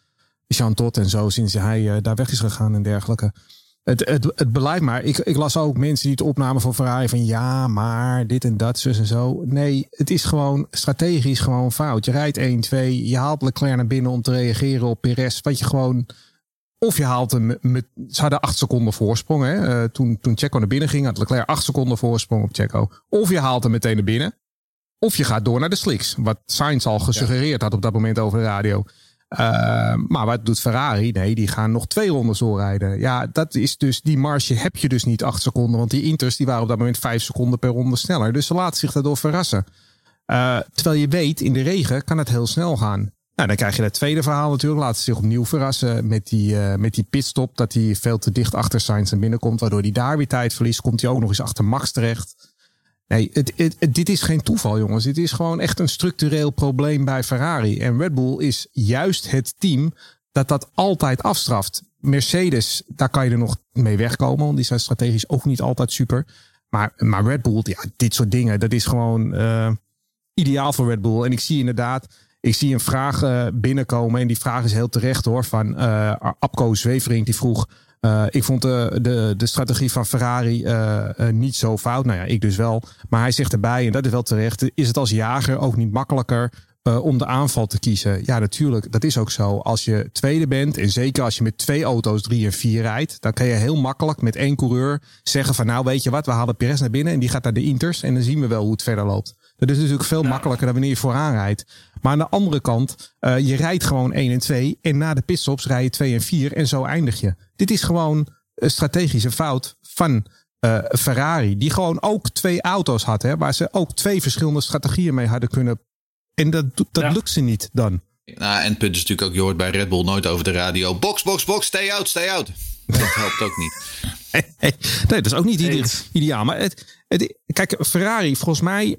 Jean Todt en zo. Sinds hij uh, daar weg is gegaan en dergelijke. Het, het, het beleid maar. Ik, ik las ook mensen die het opnamen van Ferrari van ja, maar dit en dat, zus en zo. Nee, het is gewoon strategisch gewoon fout. Je rijdt één twee, je haalt Leclerc naar binnen om te reageren op Perez. Wat je gewoon... Of je haalt hem met... Ze hadden acht seconden voorsprong. Hè? Uh, toen, toen Checo naar binnen ging, had Leclerc acht seconden voorsprong op Checo. Of je haalt hem meteen naar binnen. Of je gaat door naar de slicks. Wat Sainz al gesuggereerd had op dat moment over de radio. Uh, maar wat doet Ferrari? Nee, die gaan nog twee rondes doorrijden. Ja, dat is dus, die marge heb je dus niet acht seconden. Want die Inters die waren op dat moment vijf seconden per ronde sneller. Dus ze laten zich daardoor verrassen. Uh, terwijl je weet, in de regen kan het heel snel gaan. Nou, dan krijg je dat tweede verhaal natuurlijk. Laten ze zich opnieuw verrassen met die, uh, met die pitstop. Dat hij veel te dicht achter Sainz naar binnen komt. Waardoor hij daar weer tijd verliest. Komt hij ook nog eens achter Max terecht. Nee, het, het, het, dit is geen toeval, jongens. Dit is gewoon echt een structureel probleem bij Ferrari. En Red Bull is juist het team dat dat altijd afstraft. Mercedes, daar kan je er nog mee wegkomen. Want die zijn strategisch ook niet altijd super. Maar, maar Red Bull, ja, dit soort dingen, dat is gewoon uh, ideaal voor Red Bull. En ik zie inderdaad, ik zie een vraag uh, binnenkomen. En die vraag is heel terecht hoor. Van uh, Abco Zweverink, die vroeg... Uh, ik vond de, de, de strategie van Ferrari uh, uh, niet zo fout. Nou ja, ik dus wel. Maar hij zegt erbij, en dat is wel terecht... is het als jager ook niet makkelijker uh, om de aanval te kiezen? Ja, natuurlijk. Dat is ook zo. Als je tweede bent, en zeker als je met twee auto's drie en vier rijdt... dan kan je heel makkelijk met één coureur zeggen van... nou, weet je wat, we halen Perez naar binnen... en die gaat naar de Inters en dan zien we wel hoe het verder loopt. Dat is natuurlijk veel makkelijker dan wanneer je vooraan rijdt. Maar aan de andere kant, uh, je rijdt gewoon één en twee... en na de pitstops rij je twee en vier en zo eindig je. Dit is gewoon een strategische fout van uh, Ferrari... die gewoon ook twee auto's had, hè, waar ze ook twee verschillende strategieën mee hadden kunnen... En dat, dat ja. lukt ze niet dan. Nou, en het punt is natuurlijk ook, je hoort bij Red Bull nooit over de radio... box, box, box, stay out, stay out. Dat helpt ook niet. Nee, dat is ook niet ide- ideaal. Maar het, het, kijk, Ferrari, volgens mij...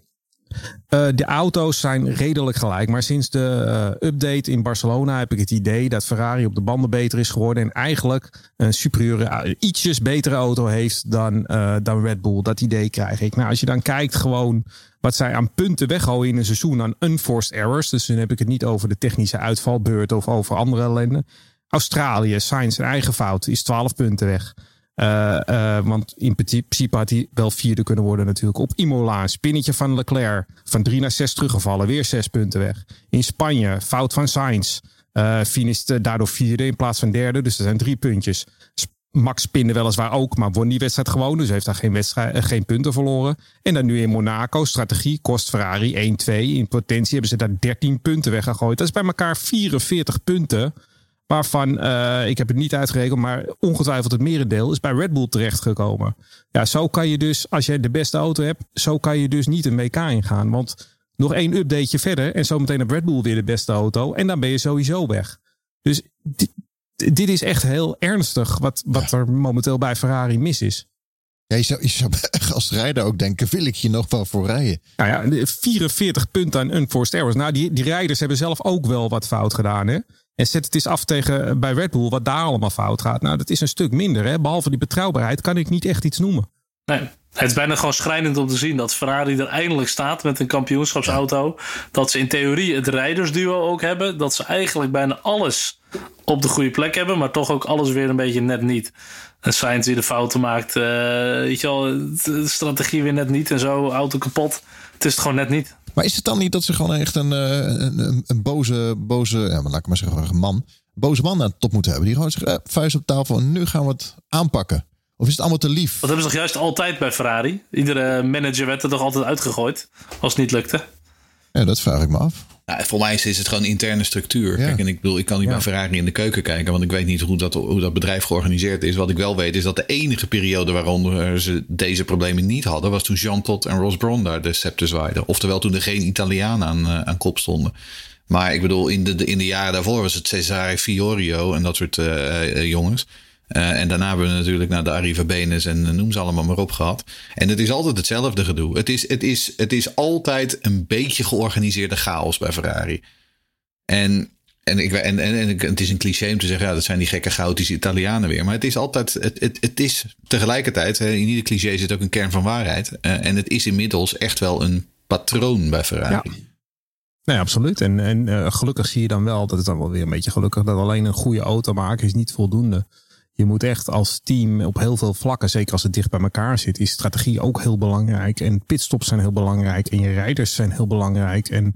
Uh, de auto's zijn redelijk gelijk. Maar sinds de uh, update in Barcelona heb ik het idee dat Ferrari op de banden beter is geworden. En eigenlijk een superieure, uh, ietsjes betere auto heeft dan, uh, dan Red Bull. Dat idee krijg ik. Nou, als je dan kijkt gewoon wat zij aan punten weggooien in een seizoen aan unforced errors. Dus dan heb ik het niet over de technische uitvalbeurt of over andere ellende. Australië, Sainz zijn eigen fout, is twaalf punten weg. Uh, uh, want in principe had hij wel vierde kunnen worden natuurlijk. Op Imola, een spinnetje van Leclerc. Van drie naar zes teruggevallen. Weer zes punten weg. In Spanje, fout van Sainz. Uh, finishte daardoor vierde in plaats van derde. Dus er zijn drie puntjes. Max spinde weliswaar ook, maar won die wedstrijd gewoon. Dus heeft daar geen, wedstrijd, uh, geen punten verloren. En dan nu in Monaco, strategie, kost Ferrari één twee. In potentie hebben ze daar dertien punten weggegooid. Dat is bij elkaar vierenveertig punten. Waarvan, uh, ik heb het niet uitgerekend, maar ongetwijfeld het merendeel is bij Red Bull terechtgekomen. Ja, zo kan je dus, als je de beste auto hebt, zo kan je dus niet een W K ingaan. Want nog één updateje verder en zometeen op Red Bull weer de beste auto. En dan ben je sowieso weg. Dus dit, dit is echt heel ernstig wat, wat ja. er momenteel bij Ferrari mis is. Ja, je, zou, je zou als rijder ook denken, wil ik hier nog wel voor rijden? Nou ja, vierenveertig punten aan unforced errors. Nou, die, die rijders hebben zelf ook wel wat fout gedaan, hè? En zet het eens af tegen bij Red Bull wat daar allemaal fout gaat. Nou, dat is een stuk minder. Hè? Behalve die betrouwbaarheid kan ik niet echt iets noemen. Nee, het is bijna gewoon schrijnend om te zien dat Ferrari er eindelijk staat met een kampioenschapsauto. Dat ze in theorie het rijdersduo ook hebben. Dat ze eigenlijk bijna alles op de goede plek hebben, maar toch ook alles weer een beetje net niet. En Sainz die de fouten maakt. Uh, weet je wel, de strategie weer net niet en zo. Auto kapot. Het is het gewoon net niet. Maar is het dan niet dat ze gewoon echt een, een, een, een boze, boze, ja, maar laat ik maar zeggen, een man, een boze man aan de top moeten hebben? Die gewoon zegt, eh, vuist op tafel en nu gaan we het aanpakken. Of is het allemaal te lief? Dat hebben ze toch juist altijd bij Ferrari? Iedere manager werd er toch altijd uitgegooid als het niet lukte? Ja, dat vraag ik me af. Nou, voor mij is het gewoon interne structuur. Ja. Kijk, en ik bedoel, ik kan niet ja. bij Ferrari in de keuken kijken, want ik weet niet hoe dat, hoe dat bedrijf georganiseerd is. Wat ik wel weet is dat de enige periode waaronder ze deze problemen niet hadden, was toen Jean Todt en Ross Brawn daar de scepter zwaaiden. Oftewel toen er geen Italianen aan, uh, aan kop stonden. Maar ik bedoel, in de, de, in de jaren daarvoor was het Cesare Fiorio en dat soort uh, uh, jongens. Uh, en daarna hebben we natuurlijk naar de Arrivabenes en uh, noem ze allemaal maar op gehad. En het is altijd hetzelfde gedoe. Het is, het is, het is altijd een beetje georganiseerde chaos bij Ferrari. En, en, ik, en, en, en het is een cliché om te zeggen, ja, dat zijn die gekke chaotische Italianen weer. Maar het is altijd, het, het, het is tegelijkertijd, in ieder cliché zit ook een kern van waarheid. Uh, en het is inmiddels echt wel een patroon bij Ferrari. Ja. Nee, absoluut. En, en uh, gelukkig zie je dan wel, dat is dan wel weer een beetje gelukkig, dat alleen een goede auto maken is niet voldoende. Je moet echt als team op heel veel vlakken, zeker als het dicht bij elkaar zit, is strategie ook heel belangrijk. En pitstops zijn heel belangrijk. En je rijders zijn heel belangrijk. En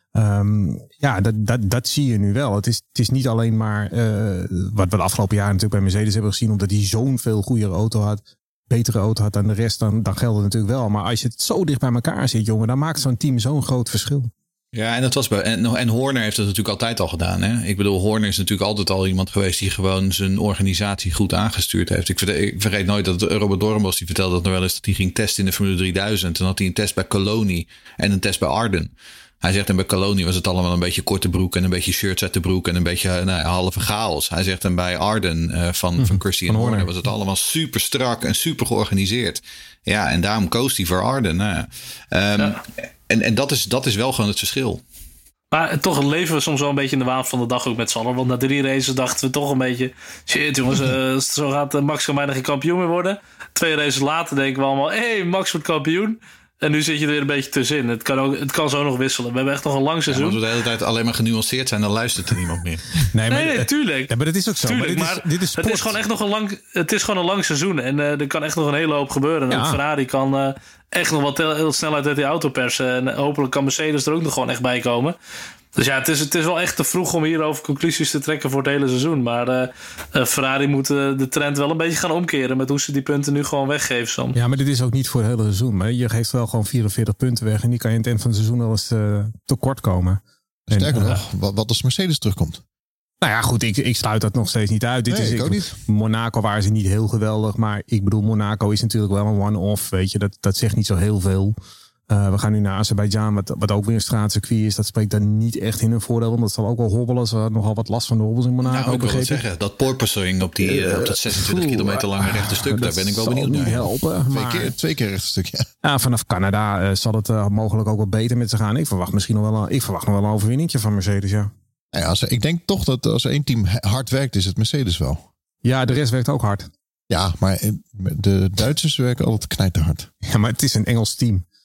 um, ja, dat, dat, dat zie je nu wel. Het is, het is niet alleen maar uh, wat we de afgelopen jaren natuurlijk bij Mercedes hebben gezien, omdat hij zo'n veel goedere auto had, betere auto had dan de rest, dan, dan geldt het natuurlijk wel. Maar als je het zo dicht bij elkaar zit, jongen, dan maakt zo'n team zo'n groot verschil. Ja, en dat was bij. En, en Horner heeft dat natuurlijk altijd al gedaan. Hè? Ik bedoel, Horner is natuurlijk altijd al iemand geweest die gewoon zijn organisatie goed aangestuurd heeft. Ik vergeet, ik vergeet nooit dat Robert Dornbos die vertelde dat nog wel eens dat hij ging testen in de Formule drieduizend. En had hij een test bij Coloni en een test bij Arden. Hij zegt, en bij Coloni was het allemaal een beetje korte broek en een beetje shirts uit de broek en een beetje nou, halve chaos. Hij zegt, en bij Arden uh, van, mm, van Christian Horner, Horner was het allemaal super strak en super georganiseerd. Ja, en daarom koos hij voor Arden. Nou, um, ja. En, en dat, is, dat is wel gewoon het verschil. Maar toch leven we soms wel een beetje in de waan van de dag ook met z'n allen. Want na drie races dachten we toch een beetje, shit jongens, uh, zo gaat uh, Max kan bijna geen kampioen meer worden. Twee races later denken we allemaal, hé, hey, Max wordt kampioen. En nu zit je er weer een beetje tussenin. Het kan, ook, het kan zo nog wisselen. We hebben echt nog een lang seizoen. Ja, als we de hele tijd alleen maar genuanceerd zijn, dan luistert er niemand meer. Nee, maar, nee, nee, tuurlijk. Ja, maar dat is ook zo. Tuurlijk, maar dit is, maar dit is het is gewoon echt nog een lang, het is gewoon een lang seizoen. En uh, er kan echt nog een hele hoop gebeuren. En ja. Ferrari kan uh, echt nog wat heel, heel snel uit die auto persen. En hopelijk kan Mercedes er ook nog gewoon echt bij komen. Dus ja, het is, het is wel echt te vroeg om hierover conclusies te trekken voor het hele seizoen. Maar uh, uh, Ferrari moet uh, de trend wel een beetje gaan omkeren met hoe ze die punten nu gewoon weggeven soms. Ja, maar dit is ook niet voor het hele seizoen. Maar je geeft wel gewoon vierenveertig punten weg en die kan je in het eind van het seizoen wel eens uh, tekort komen. Sterker en, nog, uh, wat als Mercedes terugkomt? Nou ja, goed, ik, ik sluit dat nog steeds niet uit. Dit nee, is, ik ik, ook niet. Monaco waren ze niet heel geweldig. Maar ik bedoel, Monaco is natuurlijk wel een one-off. Weet je, dat, dat zegt niet zo heel veel. Uh, we gaan nu naar Azerbeidzjan, wat, wat ook weer een straatcircuit is. Dat spreekt dan niet echt in hun voordeel. Want dat zal ook wel hobbelen. Ze hadden nogal wat last van de hobbels in Monaco. Nou, ik wil het zeggen. Dat porpoising op, die, uh, op dat zesentwintig kilometer lange rechte stuk. Daar ben ik wel benieuwd naar. Helpen, twee, maar, keer, twee keer rechte stuk, ja. ja vanaf Canada uh, zal het uh, mogelijk ook wat beter met ze gaan. Ik verwacht misschien nog wel een, ik verwacht nog wel een overwinningje van Mercedes, ja. Nou ja, als, ik denk toch dat als er één team hard werkt, is het Mercedes wel. Ja, de rest werkt ook hard. Ja, maar de Duitsers werken altijd knijterhard. Ja, maar het is een Engels team.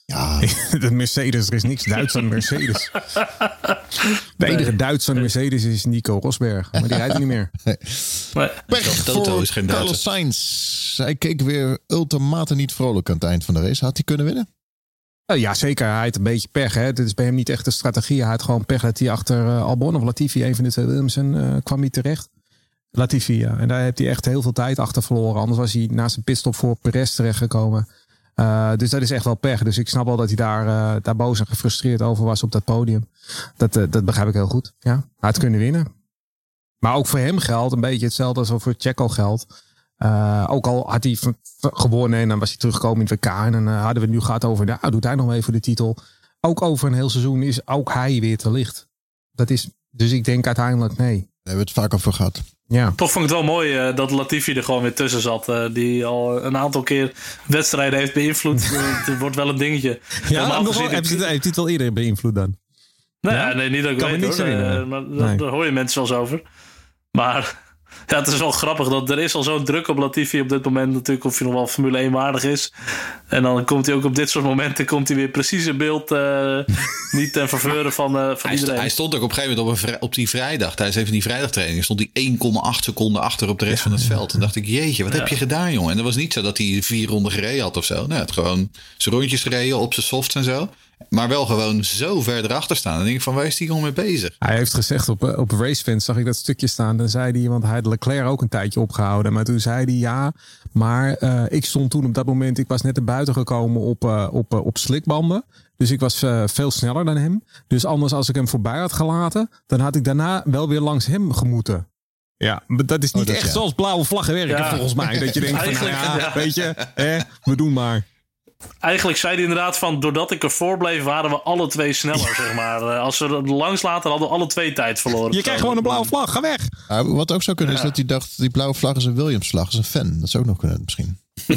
Ja. De Mercedes, er is niks Duits aan Mercedes. De enige Duits aan Mercedes is Nico Rosberg. Maar die rijdt er niet meer. Nee. Nee. Pech Toto voor is geen Carlos Duitser. Sainz. Hij keek weer ultimaten niet vrolijk aan het eind van de race. Had hij kunnen winnen? Uh, ja, zeker. Hij had een beetje pech. Hè. Dit is bij hem niet echt een strategie. Hij had gewoon pech dat hij achter uh, Albon of Latifi, een van de twee Williamson, uh, kwam hij terecht. Latifi, ja. En daar heeft hij echt heel veel tijd achter verloren. Anders was hij naast een pitstop voor Perez terechtgekomen. Uh, dus dat is echt wel pech. Dus ik snap wel dat hij daar, uh, daar boos en gefrustreerd over was op dat podium. Dat, uh, dat begrijp ik heel goed. Ja, hij had kunnen winnen. Maar ook voor hem geldt een beetje hetzelfde als voor Checo geldt. Uh, ook al had hij v- v- gewonnen en dan was hij teruggekomen in het W K. En dan uh, hadden we het nu gehad over, nou doet hij nog even de titel. Ook over een heel seizoen is ook hij weer te licht. Dat is, dus ik denk uiteindelijk nee. Daar hebben we het vaak over gehad. Ja. Toch vond ik het wel mooi uh, dat Latifi er gewoon weer tussen zat. Uh, die al een aantal keer wedstrijden heeft beïnvloed. uh, het wordt wel een dingetje. Ja, Normaal nog wel, gezien- heeft, hij, heeft hij het al eerder beïnvloed dan? Nee, Ja? ja, nee, niet dat ik Kan me weet niks hoor. herinneren. Uh, maar Nee. daar, daar hoor je mensen wel eens over. Maar ja, het is wel grappig dat er is al zo'n druk op Latifi op dit moment natuurlijk of hij nog wel Formule één waardig is. En dan komt hij ook op dit soort momenten komt hij weer precies in beeld. Uh, niet ten faveur van, uh, van Hij, st- iedereen. hij stond ook op een gegeven moment op, een vrij- op die vrijdag. Tijdens even die vrijdagtraining stond hij één komma acht seconden achter op de rest van het veld. En dacht ik, jeetje, wat heb je gedaan, jongen? En dat was niet zo dat hij vier ronden gereden had of zo. Nee, hij had gewoon zijn rondjes gereden op zijn softs en zo. Maar wel gewoon zo ver erachter staan. Dan denk ik van, waar is die jongen mee bezig? Hij heeft gezegd op, op Racefans, zag ik dat stukje staan. Dan zei hij, want hij had Leclerc ook een tijdje opgehouden. Maar toen zei hij ja, maar uh, ik stond toen op dat moment, ik was net naar buiten gekomen op, uh, op, uh, op slikbanden. Dus ik was uh, veel sneller dan hem. Dus anders als ik hem voorbij had gelaten, dan had ik daarna wel weer langs hem gemoeten. Ja, maar dat is niet Oh, dat echt ja. zoals blauwe vlaggen werken Ja. volgens mij. Dat je denkt van, nou Eigenlijk, ja, ja. weet je, hè, we doen maar. Eigenlijk zei hij inderdaad van, doordat ik ervoor bleef, waren we alle twee sneller, zeg maar. Uh, als we er langs laten, hadden we alle twee tijd verloren. Je krijgt gewoon een blauwe vlag, ga weg. Uh, wat ook zou kunnen is Ja. dat hij dacht, die blauwe vlag is een Williams-vlag. is een fan. Dat zou ook nog kunnen misschien.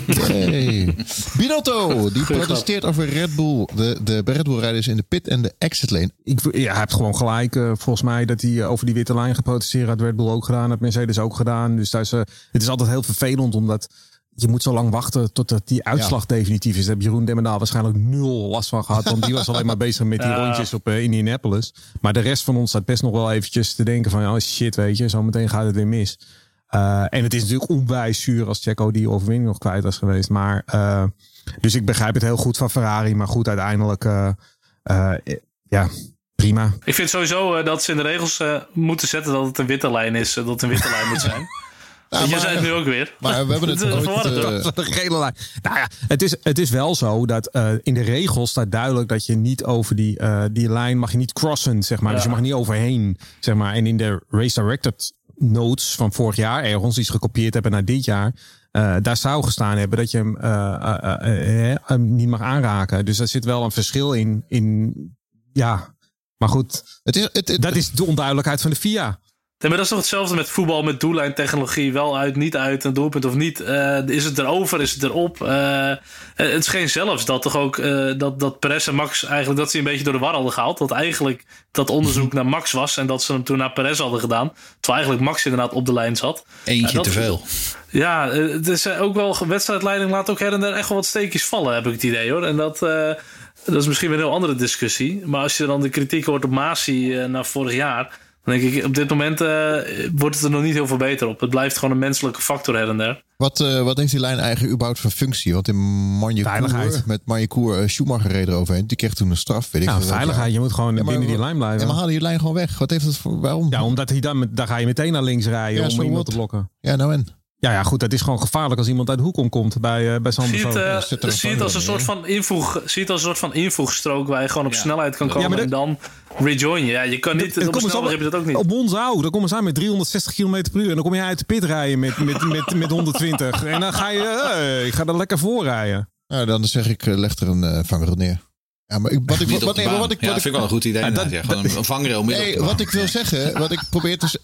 Hey. Binotto, die protesteert over Red Bull. De, de Red Bull-rijders in de pit en de exit lane. Ik, ja, hij heeft gewoon gelijk. Uh, volgens mij dat hij uh, over die witte lijn geprotesteerd had. Red Bull ook gedaan. Had Mercedes ook gedaan. Dus daar is, uh, het is altijd heel vervelend. Omdat je moet zo lang wachten totdat die uitslag ja. definitief is. Daar heeft Jeroen Demmendaal waarschijnlijk nul last van gehad. Want die was alleen maar bezig met die Ja. rondjes op uh, Indianapolis. Maar de rest van ons staat best nog wel eventjes te denken van... Oh shit, weet je. Zometeen gaat het weer mis. Uh, en het is natuurlijk onwijs zuur als Checo die overwinning nog kwijt was geweest. Maar uh, dus ik begrijp het heel goed van Ferrari. Maar goed, uiteindelijk... Uh, uh, ja, prima. Ik vind sowieso uh, dat ze in de regels uh, moeten zetten dat het een witte lijn is. Uh, dat het een witte lijn moet zijn. Ja, je maar- zei het nu ook weer. Maar we hebben het Het is nooit... verwarrend, eh, De gele lijn. Nou ja, het is, het is wel zo dat uh, in de regels staat duidelijk dat je niet over die, uh, die lijn mag je niet crossen, zeg maar. Ja. Dus je mag niet overheen, zeg maar. En in de Race Directed notes van vorig jaar, ergens die ze gekopieerd hebben naar dit jaar, uh, daar zou gestaan hebben dat je hem uh, uh, uh, uh, uh, niet mag aanraken. Dus daar zit wel een verschil in. in ja, maar goed, het is, het, het, dat is de onduidelijkheid van de F I A. Nee, maar dat is toch hetzelfde met voetbal, met doellijntechnologie. Wel uit, niet uit, een doelpunt of niet. Uh, is het erover, is het erop? Uh, het is geen zelfs dat toch ook uh, dat, dat Perez en Max eigenlijk dat ze een beetje door de war hadden gehaald. Dat eigenlijk dat onderzoek naar Max was en dat ze hem toen naar Perez hadden gedaan. Terwijl eigenlijk Max inderdaad op de lijn zat. Eentje Ja, dat- te veel. Ja, uh, het is uh, ook wel wedstrijdleiding laat ook her en der echt wel wat steekjes vallen, heb ik het idee hoor. En dat, uh, dat is misschien weer een heel andere discussie. Maar als je dan de kritiek hoort op Masi uh, na vorig jaar, dan denk ik, op dit moment uh, wordt het er nog niet heel veel beter op. Het blijft gewoon een menselijke factor her en der. wat, uh, wat heeft die lijn eigenlijk überhaupt voor functie? Want in Magny-Cours, Veiligheid. met Magny-Cours, uh, Schumacher reed eroverheen. Die kreeg toen een straf. Weet ik Nou, veel welk veiligheid. jaar. Je moet gewoon Ja, maar- binnen die lijn blijven. Ja, maar haal die lijn gewoon weg. Wat heeft het voor... Waarom? Ja, omdat hij dan, met- dan ga je meteen naar links rijden Ja, om so iemand what? te blokken. Ja, nou en? Ja, ja, goed, dat is gewoon gevaarlijk als iemand uit de hoek omkomt bij, uh, bij Zie het, Zandvoort. uh, Ja, zit er een zie het als een vangrail soort van invoeg, zie het als een soort van invoegstrook waar je gewoon op Ja. snelheid kan komen Ja, maar en dan rejoin je. Ja, je kan niet, Dan op een komen ze snelweg heb je dat ook niet. Op Monza ook. Dan komen ze aan met driehonderdzestig kilometer per uur. En dan kom je uit de pit rijden met, met, met, met honderdtwintig. En dan ga je, uh, ik ga er lekker voor rijden. Nou, dan zeg ik, uh, leg er een uh, vangrail neer. Ja, maar ik, wat ik, Niet wat, op de nee, maar baan. wat ik, Ja, wat dat ik, vind ik wel een goed idee. Ja, inderdaad. dat- Ja, gewoon een, een vangrail midden op nee, de baan. wat ik wil zeggen, wat ik probeer te z-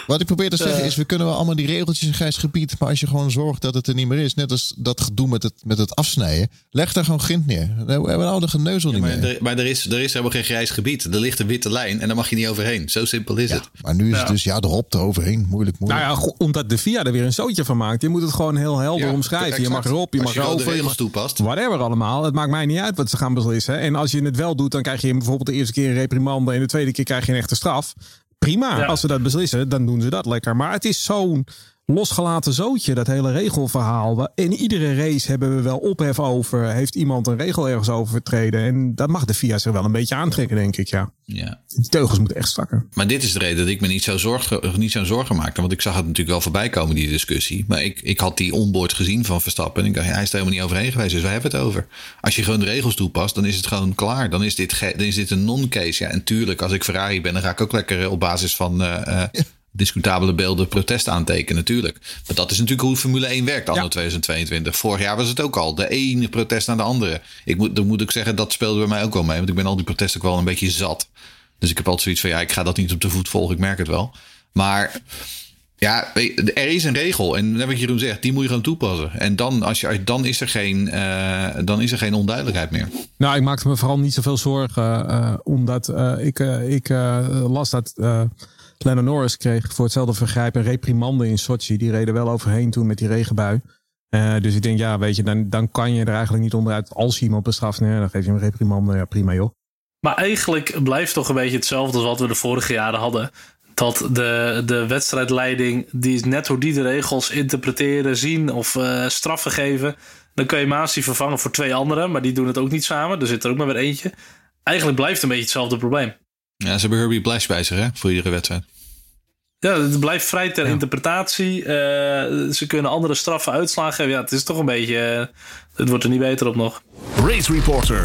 Wat ik probeer te zeggen uh, is, we kunnen wel allemaal die regeltjes in grijs gebied, maar als je gewoon zorgt dat het er niet meer is, net als dat gedoe met het, met het afsnijden, leg daar gewoon grind neer. We hebben nou de geneuzel ja, niet maar meer. Er, maar er is, er is helemaal geen grijs gebied. Er ligt een witte lijn en daar mag je niet overheen. Zo simpel is ja, het. Maar nu is ja. het dus, ja, erop, eroverheen. Moeilijk, moeilijk. Nou ja, omdat de V I A er weer een zootje van maakt. Je moet het gewoon heel helder ja, omschrijven. Exact. Je mag erop, je als mag je erover. de regels toepast. Whatever allemaal. Het maakt mij niet uit wat ze gaan beslissen. En als je het wel doet, dan krijg je bijvoorbeeld de eerste keer een reprimande en de tweede keer krijg je een echte straf. Prima, ja. Als ze dat beslissen, dan doen ze dat lekker. Maar het is zo'n losgelaten zootje, dat hele regelverhaal. In iedere race hebben we wel ophef over. Heeft iemand een regel ergens overtreden? En dat mag de V I A zich wel een beetje aantrekken, denk ik, ja. ja. Die teugels moeten echt strakker. Maar dit is de reden dat ik me niet zo zorg, niet zo'n zorgen maakte. Want ik zag het natuurlijk wel voorbij komen, die discussie. Maar ik, ik had die onboard gezien van Verstappen. En ik dacht, ja, hij is er helemaal niet overheen geweest. Dus wij hebben het over. Als je gewoon de regels toepast, dan is het gewoon klaar. Dan is dit, ge- dan is dit een non-case. Ja, en tuurlijk, als ik Ferrari ben, dan ga ik ook lekker op basis van Uh, uh, ja. discutabele beelden protest aantekenen, natuurlijk. Maar dat is natuurlijk hoe Formule één werkt anno ja. tweeduizend tweeëntwintig. Vorig jaar was het ook al. De ene protest naar de andere. Ik moet, dan moet ik zeggen, dat speelde bij mij ook wel mee. Want ik ben al die protesten ook wel een beetje zat. Dus ik heb altijd zoiets van, ja, ik ga dat niet op de voet volgen. Ik merk het wel. Maar ja, er is een regel. En net wat Jeroen zegt, die moet je gewoon toepassen. En dan, als je, dan, is, er geen, uh, dan is er geen onduidelijkheid meer. Nou, ik maakte me vooral niet zoveel zorgen. Uh, omdat uh, ik, uh, ik uh, las dat Uh, Lando Norris kreeg voor hetzelfde vergrijp een reprimande in Sochi. Die reden wel overheen toen met die regenbui. Uh, dus ik denk, ja, weet je, dan, dan kan je er eigenlijk niet onderuit. Als je iemand bestraft, nee, dan geef je hem een reprimande. Ja, prima joh. Maar eigenlijk blijft toch een beetje hetzelfde als wat we de vorige jaren hadden. Dat de, de wedstrijdleiding, die is net hoe die de regels interpreteren, zien of uh, straffen geven. Dan kan je Masi vervangen voor twee anderen, maar die doen het ook niet samen. Er zit er ook maar weer eentje. Eigenlijk blijft het een beetje hetzelfde probleem. Ja, ze hebben Herbie Blash bij zich, hè, voor iedere wedstrijd. Ja, het blijft vrij ter ja. interpretatie. Uh, ze kunnen andere straffen uitslagen geven. Ja, het is toch een beetje Uh, het wordt er niet beter op nog. Race Reporter,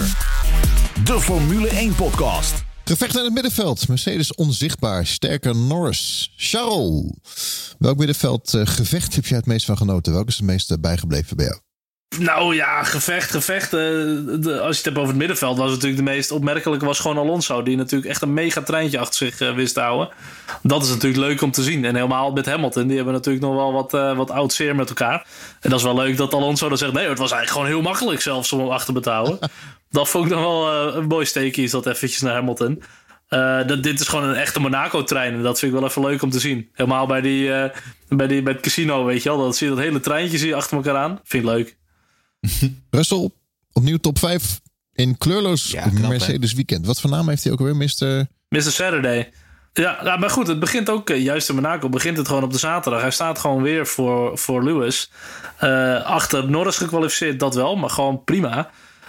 de Formule één podcast. Gevecht in het middenveld. Mercedes onzichtbaar. Sterker Norris. Charles. Welk middenveld uh, gevecht heb jij het meest van genoten? Welk is het meest uh, bijgebleven bij jou? Nou ja, gevecht, gevecht. Uh, de, als je het hebt over het middenveld, was het natuurlijk de meest opmerkelijke was gewoon Alonso. Die natuurlijk echt een mega treintje achter zich uh, wist te houden. Dat is natuurlijk leuk om te zien. En helemaal met Hamilton. Die hebben natuurlijk nog wel wat, uh, wat oud zeer met elkaar. En dat is wel leuk dat Alonso dan zegt, nee, het was eigenlijk gewoon heel makkelijk zelfs om hem achter te houden. Dat vond ik dan wel uh, een mooi steekje, is dat eventjes naar Hamilton. Uh, dat, dit is gewoon een echte Monaco-trein. En dat vind ik wel even leuk om te zien. Helemaal bij, die, uh, bij, die, bij het casino, weet je wel. Dat zie je dat hele treintje zie je achter elkaar aan. Vind ik leuk. Russell, opnieuw top vijf in kleurloos ja, knap, Mercedes hè? Weekend. Wat voor naam heeft hij ook alweer, mister mister Saturday. Ja, nou, maar goed, het begint ook, juist in Monaco, begint het gewoon op de zaterdag. Hij staat gewoon weer voor, voor Lewis. Uh, achter Norris gekwalificeerd, dat wel, maar gewoon prima.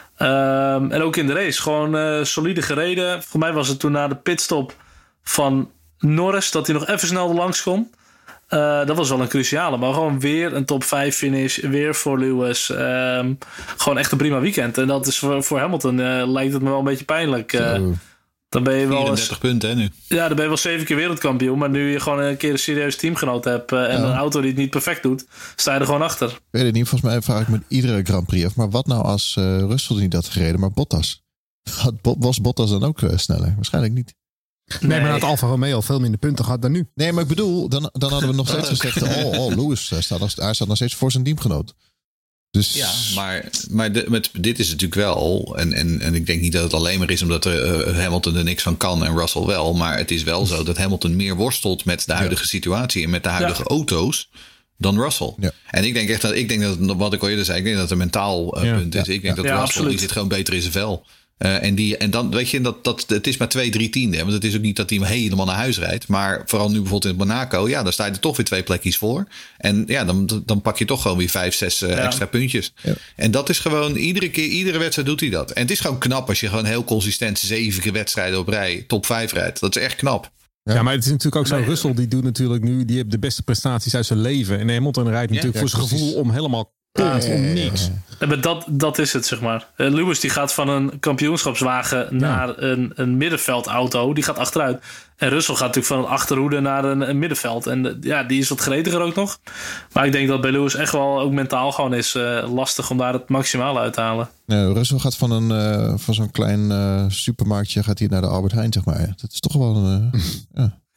Um, en ook in de race, gewoon uh, solide gereden. Voor mij was het toen na de pitstop van Norris dat hij nog even snel er langs kon. Uh, dat was wel een cruciale, maar gewoon weer een top vijf finish, weer voor Lewis. Um, gewoon echt een prima weekend. En dat is voor, voor Hamilton uh, lijkt het me wel een beetje pijnlijk. Uh, dan ben je wel vierendertig eens, punten hè, nu. Ja, dan ben je wel zeven keer wereldkampioen. Maar nu je gewoon een keer een serieus teamgenoot hebt uh, en ja. een auto die het niet perfect doet, sta je er gewoon achter. Weet het niet, volgens mij vraag ik met iedere Grand Prix af. Maar wat nou als uh, Russell niet had gereden, maar Bottas? Was Bottas dan ook uh, sneller? Waarschijnlijk niet. Nee, nee, maar had Alfa Romeo veel minder punten gehad dan nu. Nee, maar ik bedoel, dan, dan hadden we nog steeds gezegd, oh, oh Lewis, hij staat, nog, hij staat nog steeds voor zijn teamgenoot. Dus ja, maar, maar de, met, dit is natuurlijk wel, en, en, en ik denk niet dat het alleen maar is omdat er, uh, Hamilton er niks van kan en Russell wel, maar het is wel zo dat Hamilton meer worstelt met de huidige ja. situatie en met de huidige ja. auto's dan Russell. Ja. En ik denk echt dat, ik denk dat, wat ik al eerder zei, ik denk dat het een mentaal uh, ja. punt is. Ik denk ja. dat ja, Russell, absoluut. Die zit gewoon beter in zijn vel. Uh, en, die, en dan weet je, dat, dat, het is maar twee, drie tiende. Want het is ook niet dat hij hem helemaal naar huis rijdt. Maar vooral nu bijvoorbeeld in Monaco. Ja, dan sta je er toch weer twee plekjes voor. En ja, dan, dan pak je toch gewoon weer vijf, zes uh, ja. extra puntjes. Ja. En dat is gewoon, iedere keer, iedere wedstrijd doet hij dat. En het is gewoon knap als je gewoon heel consistent zeven keer wedstrijden op rij top vijf rijdt. Dat is echt knap. Ja, ja, maar het is natuurlijk ook zo. Nee. Russell die doet natuurlijk nu, die heeft de beste prestaties uit zijn leven. En Hamilton rijdt natuurlijk ja, ja, voor zijn gevoel om helemaal punt, om niks. Ja, maar dat, dat is het, zeg maar. Uh, Lewis die gaat van een kampioenschapswagen ja. naar een, een middenveldauto. Die gaat achteruit. En Russell gaat natuurlijk van een achterhoede naar een, een middenveld. En uh, ja, die is wat gretiger ook nog. Maar ik denk dat bij Lewis echt wel ook mentaal gewoon is uh, lastig om daar het maximale uit te halen. Nee, Russell gaat van, een, uh, van zo'n klein uh, supermarktje gaat hij naar de Albert Heijn, zeg maar. Dat is toch wel een... Uh, ja.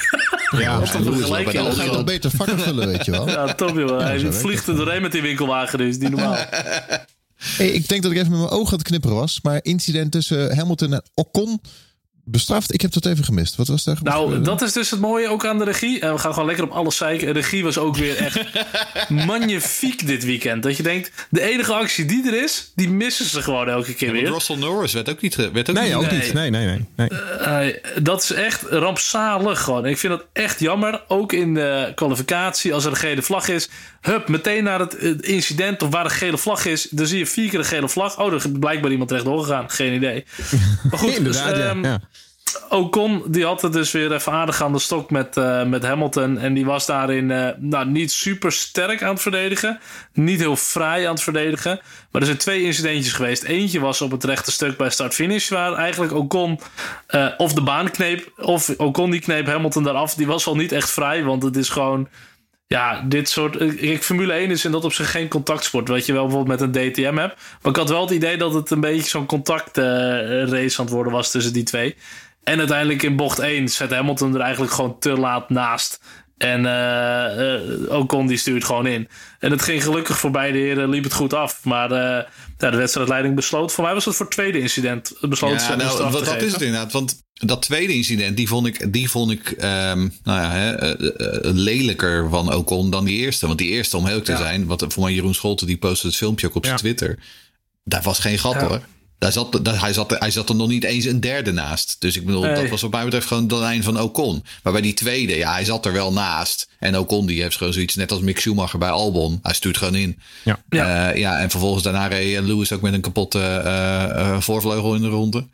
Ja, Wat een vergelijking. Dan ga je nog beter vakken vullen, weet je wel. Ja, top joh. Hij zo vliegt er doorheen met die winkelwagen, dus die normaal. Hey, ik denk dat ik even met mijn ogen aan het knipperen was. Maar incident tussen Hamilton en Ocon bestraft. Ik heb dat even gemist. Wat was daar gebeurd? Nou, dat is dus het mooie ook aan de regie. En we gaan gewoon lekker op alles zeiken. De regie was ook weer echt magnifiek dit weekend. Dat je denkt, de enige actie die er is, die missen ze gewoon elke keer Ja, weer. Russell Norris werd ook niet... Werd ook Nee, niet ook Nee. niet. Nee, nee, nee. nee. Uh, dat is echt rampzalig gewoon. Ik vind dat echt jammer. Ook in de kwalificatie, als er een gele vlag is. Hup, meteen naar het uh, incident of waar een gele vlag is. Dan zie je vier keer een gele vlag. Oh, er is blijkbaar iemand rechtdoor gegaan. Geen idee. Maar goed, Inderdaad, dus, ja. um, ja. Ocon, die had het dus weer even aardig aan de stok met, uh, met Hamilton. En die was daarin uh, nou, niet super sterk aan het verdedigen. Niet heel fraai aan het verdedigen. Maar er zijn twee incidentjes geweest. Eentje was op het rechte stuk bij start-finish. Waar eigenlijk Ocon uh, of de baan kneep. Of Ocon die kneep Hamilton eraf. Die was al niet echt vrij. Want het is gewoon... Ja, dit soort... Ik, Formule één is in dat opzicht geen contactsport. Wat je wel bijvoorbeeld met een D T M hebt. Maar ik had wel het idee dat het een beetje zo'n contactrace uh, aan het worden was tussen die twee. En uiteindelijk in bocht één zet Hamilton er eigenlijk gewoon te laat naast. En uh, uh, Ocon die stuurt gewoon in. En het ging gelukkig voor beide heren, liep het goed af. Maar uh, ja, de wedstrijdleiding besloot. Voor mij was het voor het tweede incident. Besloot Ja, nou, wat, dat is het inderdaad. Want dat tweede incident, die vond ik, die vond ik um, nou ja, hè, uh, uh, lelijker van Ocon dan die eerste. Want die eerste, om heel te ja. zijn, wat voor mij Jeroen Scholten, die postte het filmpje ook op zijn ja. Twitter. Daar was geen gat ja. hoor. Daar zat, daar, hij, zat, hij zat er nog niet eens een derde naast. Dus ik bedoel, nee. dat was wat mij betreft gewoon de lijn van Ocon. Maar bij die tweede, ja, hij zat er wel naast. En Ocon die heeft gewoon zoiets, net als Mick Schumacher bij Albon. Hij stuurt gewoon in. Ja, ja. Uh, ja en vervolgens daarna reed Lewis ook met een kapotte uh, uh, voorvleugel in de ronde.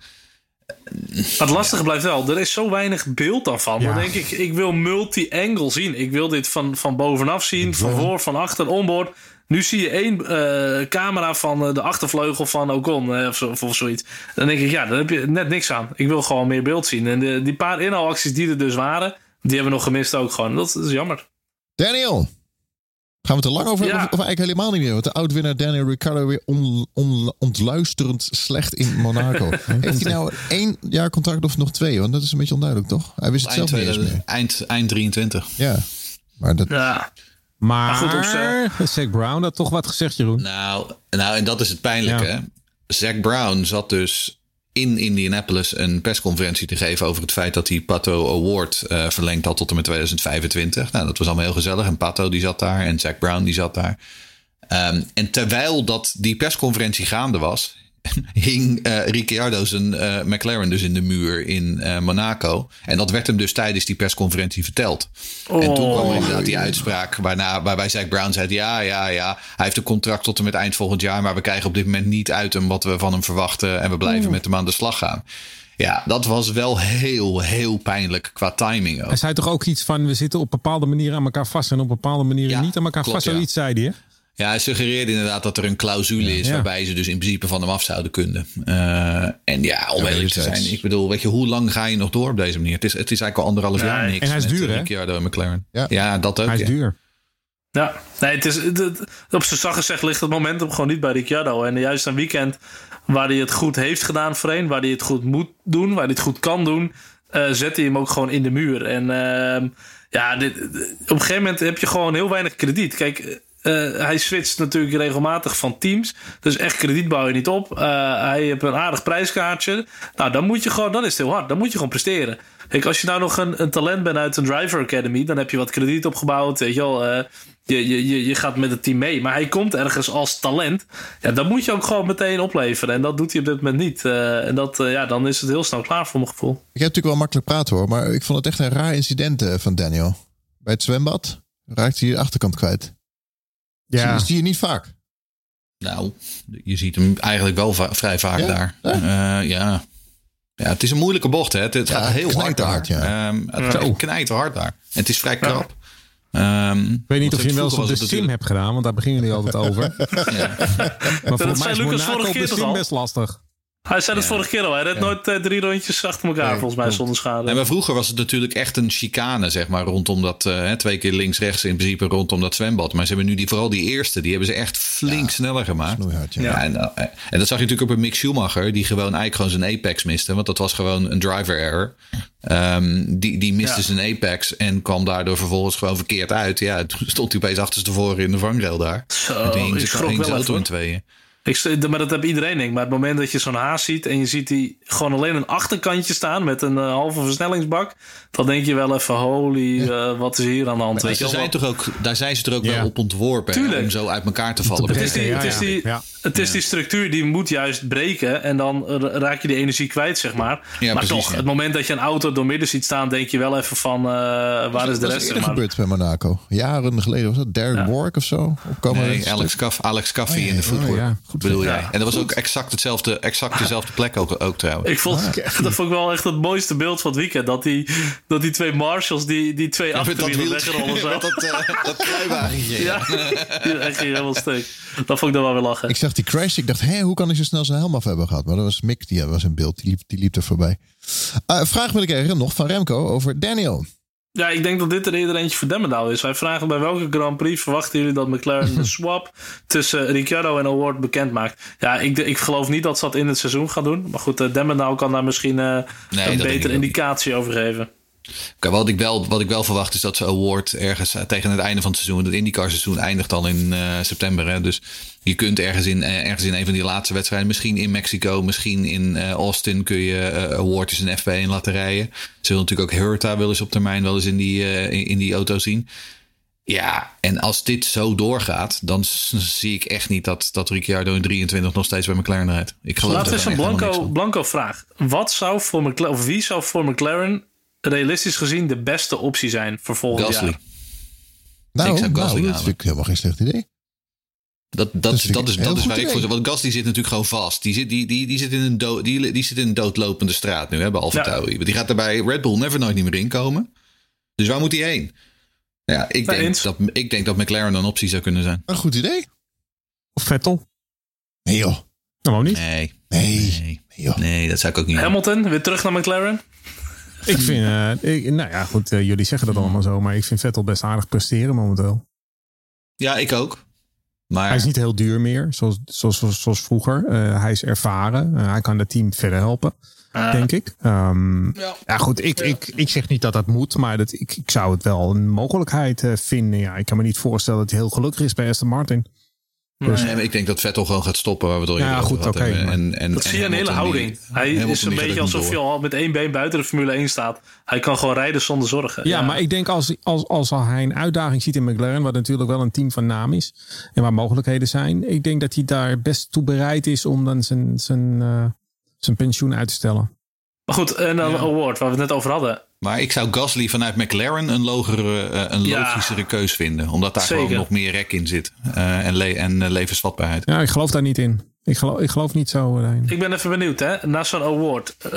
Het lastige blijft wel, er is zo weinig beeld daarvan. Ja. Dan denk ik, ik wil multi-angle zien. Ik wil dit van, van bovenaf zien, van voor, van achter, onboard. Nu zie je één uh, camera van uh, de achtervleugel van Ocon uh, of, zo, of zoiets. Dan denk ik, ja, daar heb je net niks aan. Ik wil gewoon meer beeld zien. En de, die paar inhaalacties die er dus waren, die hebben we nog gemist ook gewoon. Dat, dat is jammer. Daniel, gaan we het er lang over ja. hebben? Of, of eigenlijk helemaal niet meer? Want de oud-winnaar Daniel Ricciardo weer on, on, ontluisterend slecht in Monaco. Heeft hij nou één jaar contract of nog twee? Want dat is een beetje onduidelijk, toch? Hij wist het eind, zelf niet eens meer. Eind, eind drieëntwintig. Ja, maar dat... Ja. Maar, maar goed, Zac Brown had toch wat gezegd, Jeroen? Nou, nou en dat is het pijnlijke. Ja. Zac Brown zat dus in Indianapolis een persconferentie te geven over het feit dat hij Pato Award uh, verlengd had tot en met tweeduizend vijfentwintig. Nou, dat was allemaal heel gezellig. En Pato die zat daar en Zac Brown die zat daar. Um, en terwijl dat die persconferentie gaande was, hing uh, Ricciardo zijn uh, McLaren dus in de muur in uh, Monaco. En dat werd hem dus tijdens die persconferentie verteld. Oh. En toen kwam inderdaad die uitspraak waarna, waarbij Zac Brown zei, ja, ja, ja, hij heeft een contract tot en met eind volgend jaar, maar we krijgen op dit moment niet uit hem wat we van hem verwachten en we blijven oh. met hem aan de slag gaan. Ja, dat was wel heel, heel pijnlijk qua timing ook. Hij zei toch ook iets van, we zitten op bepaalde manieren aan elkaar vast en op bepaalde manieren ja, niet aan elkaar klopt, vast. Zoiets ja. zei hij, hè? Ja, hij suggereerde inderdaad dat er een clausule is ja. waarbij ze dus in principe van hem af zouden kunnen. Uh, en ja, om eerlijk te zijn, ik bedoel, weet je, hoe lang ga je nog door op deze manier? Het is, het is eigenlijk al anderhalf nee. jaar niks. En hij is met duur, hè? Ricciardo en McLaren. Ja. ja, dat ook. Hij is ja. duur. Ja, nee, het is, het, het, op zijn zacht gezegd ligt het momentum gewoon niet bij Ricciardo. En juist een weekend waar hij het goed heeft gedaan voorheen, waar hij het goed moet doen, waar hij het goed kan doen, uh, zet hij hem ook gewoon in de muur. En uh, ja, dit, op een gegeven moment heb je gewoon heel weinig krediet. Kijk, Uh, hij switcht natuurlijk regelmatig van teams. Dus echt krediet bouw je niet op. Uh, hij heeft een aardig prijskaartje. Nou, dan moet je gewoon, dan is het heel hard. Dan moet je gewoon presteren. Kijk, als je nou nog een, een talent bent uit een Driver Academy, dan heb je wat krediet opgebouwd. Weet je wel, uh, je, je, je gaat met het team mee. Maar hij komt ergens als talent. Ja, dan moet je ook gewoon meteen opleveren. En dat doet hij op dit moment niet. Uh, en dat, uh, ja, dan is het heel snel klaar voor mijn gevoel. Ik heb natuurlijk wel makkelijk praten hoor. Maar ik vond het echt een raar incident uh, van Daniel. Bij het zwembad raakte hij de achterkant kwijt. Ja. Dat zie je niet vaak. Nou, je ziet hem eigenlijk wel va- vrij vaak ja? daar. Ja? Uh, ja. ja, het is een moeilijke bocht. Hè. Het, het ja, gaat heel hard daar. Hard, ja. um, het ja. knijt hard daar. En het is vrij krap. Ja. Um, ik weet niet of je wel eens op de sim natuurlijk... hebt gedaan, want daar beginnen jullie altijd over. ja. Maar voor mij is Monaco op de sim best lastig. Hij zei het ja. vorige keer al. Hij redt ja. nooit uh, drie rondjes achter elkaar, nee, volgens mij, klopt. Zonder schade. En maar vroeger was het natuurlijk echt een chicane, zeg maar, rondom dat, uh, twee keer links-rechts in principe rondom dat zwembad. Maar ze hebben nu die, vooral die eerste, die hebben ze echt flink ja. sneller gemaakt. Snoeihard, ja. Ja, en, uh, en dat zag je natuurlijk ook bij Mick Schumacher, die gewoon eigenlijk gewoon zijn apex miste. Want dat was gewoon een driver error. Um, die, die miste ja. zijn apex en kwam daardoor vervolgens gewoon verkeerd uit. Ja, toen stond hij opeens achterstevoren in de vangrail daar. Zo, en toen hing ik zijn auto even, in tweeën. Ik, maar dat heb iedereen, denk ik. Maar het moment dat je zo'n haas ziet en je ziet die gewoon alleen een achterkantje staan met een uh, halve versnellingsbak, dan denk je wel even, holy, uh, wat is hier aan de hand? Maar ze zijn toch ook, daar zijn ze er ook ja. wel op ontworpen hè, om zo uit elkaar te vallen. Het is die, het is die, ja. het is die structuur die moet juist breken en dan raak je die energie kwijt, zeg maar. Ja, maar precies, toch, ja. het moment dat je een auto door midden ziet staan, denk je wel even van, uh, waar dat is de rest? Dat is gebeurd bij Monaco. Jaren geleden was dat Derek ja. Warwick of zo? Nee, Alex Caff, Alex Caffey oh, ja, in de footwork. Oh, ja. Goed bedoel jij? Ja, en dat was ook exact hetzelfde, exact dezelfde plek ook, ook trouwens. Ik vond, ah, dat vond ik wel echt het mooiste beeld van het weekend. Dat die, dat die twee marshals, die, die twee ja, achterwielen wegrollen. Zo. Met dat, uh, dat kruiwagentje. Ja, die echt ging helemaal stuk. Dat vond ik dan wel weer lachen. Ik zag die crash. Ik dacht, hé, hoe kan hij zo snel zijn helm af hebben gehad? Maar dat was Mick, die was in beeld. Die liep, die liep er voorbij. Uh, vraag wil ik er nog van Remco over Daniel. Ja, ik denk dat dit er eerder eentje voor Demmendaal is. Wij vragen bij welke Grand Prix verwachten jullie dat McLaren de swap tussen Ricciardo en Award bekend maakt? Ja, ik, ik geloof niet dat ze dat in het seizoen gaan doen. Maar goed, uh, Demmendaal kan daar misschien uh, nee, een betere indicatie over geven. Kijk, wat ik wel, wat ik wel verwacht is dat ze Award ergens tegen het einde van het seizoen, het IndyCar seizoen eindigt dan in uh, september. Hè? Dus je kunt ergens in, uh, ergens in een van die laatste wedstrijden, misschien in Mexico, misschien in uh, Austin, kun je uh, Award eens een F P één laten rijden. Ze willen natuurlijk ook Hurta wel eens op termijn wel eens in die, uh, in, in die auto zien. Ja, en als dit zo doorgaat, dan zie ik echt niet dat, dat Ricciardo in drieëntwintig nog steeds bij McLaren rijdt. Ik geloof Laten we eens een blanco, blanco vraag. Wat zou voor McLaren, of wie zou voor McLaren realistisch gezien de beste optie zijn voor volgend Gasly. jaar? Nou, ik zou Gasly nou, dat vind ik helemaal geen slecht idee. Dat, dat, dat, dat is, dat is waar idee. ik voor. Want Gasly zit natuurlijk gewoon vast. Die zit, die, die, die zit in een dood, die, die zit in een doodlopende straat nu, hè, bij AlphaTauri. Ja. Die gaat er bij Red Bull never nooit niet meer inkomen. Dus waar moet hij heen? Ja, ik denk, dat, ik denk dat McLaren een optie zou kunnen zijn. Een goed idee. Of Vettel? Nee joh. Nou niet? Nee. Nee. Nee, nee, nee dat zou ik ook niet Hamilton, doen. Weer terug naar McLaren? Ik vind, uh, ik, nou ja, goed, uh, jullie zeggen dat allemaal zo, maar ik vind Vettel best aardig presteren momenteel. Ja, ik ook. Maar hij is niet heel duur meer, zoals, zoals, zoals, zoals vroeger. Uh, hij is ervaren. Uh, hij kan het team verder helpen, uh, denk ik. Um, ja. ja, goed, ik, ja. ik, ik zeg niet dat dat moet, maar dat, ik, ik zou het wel een mogelijkheid uh, vinden. Ja, ik kan me niet voorstellen dat hij heel gelukkig is bij Aston Martin. Dus. Nee, maar ik denk dat Vettel gewoon gaat stoppen waar we het al ja, goed, oké. Okay, en, en, dat zie je een hele houding. Die, hij is een beetje alsof hij al met één been buiten de Formule één staat. Hij kan gewoon rijden zonder zorgen. Ja, ja. Maar ik denk als, als, als hij een uitdaging ziet in McLaren, wat natuurlijk wel een team van naam is en waar mogelijkheden zijn. Ik denk dat hij daar best toe bereid is om dan zijn, zijn, uh, zijn pensioen uit te stellen. Maar goed, en dan ja. Award waar we het net over hadden. Maar ik zou Gasly vanuit McLaren een, logere, uh, een ja, logischere keus vinden. Omdat daar zeker. gewoon nog meer rek in zit. Uh, en le- en uh, levensvatbaarheid. Ja, ik geloof daar niet in. Ik geloof, ik geloof niet zo in. Ik ben even benieuwd, hè. Na zo'n award. Uh,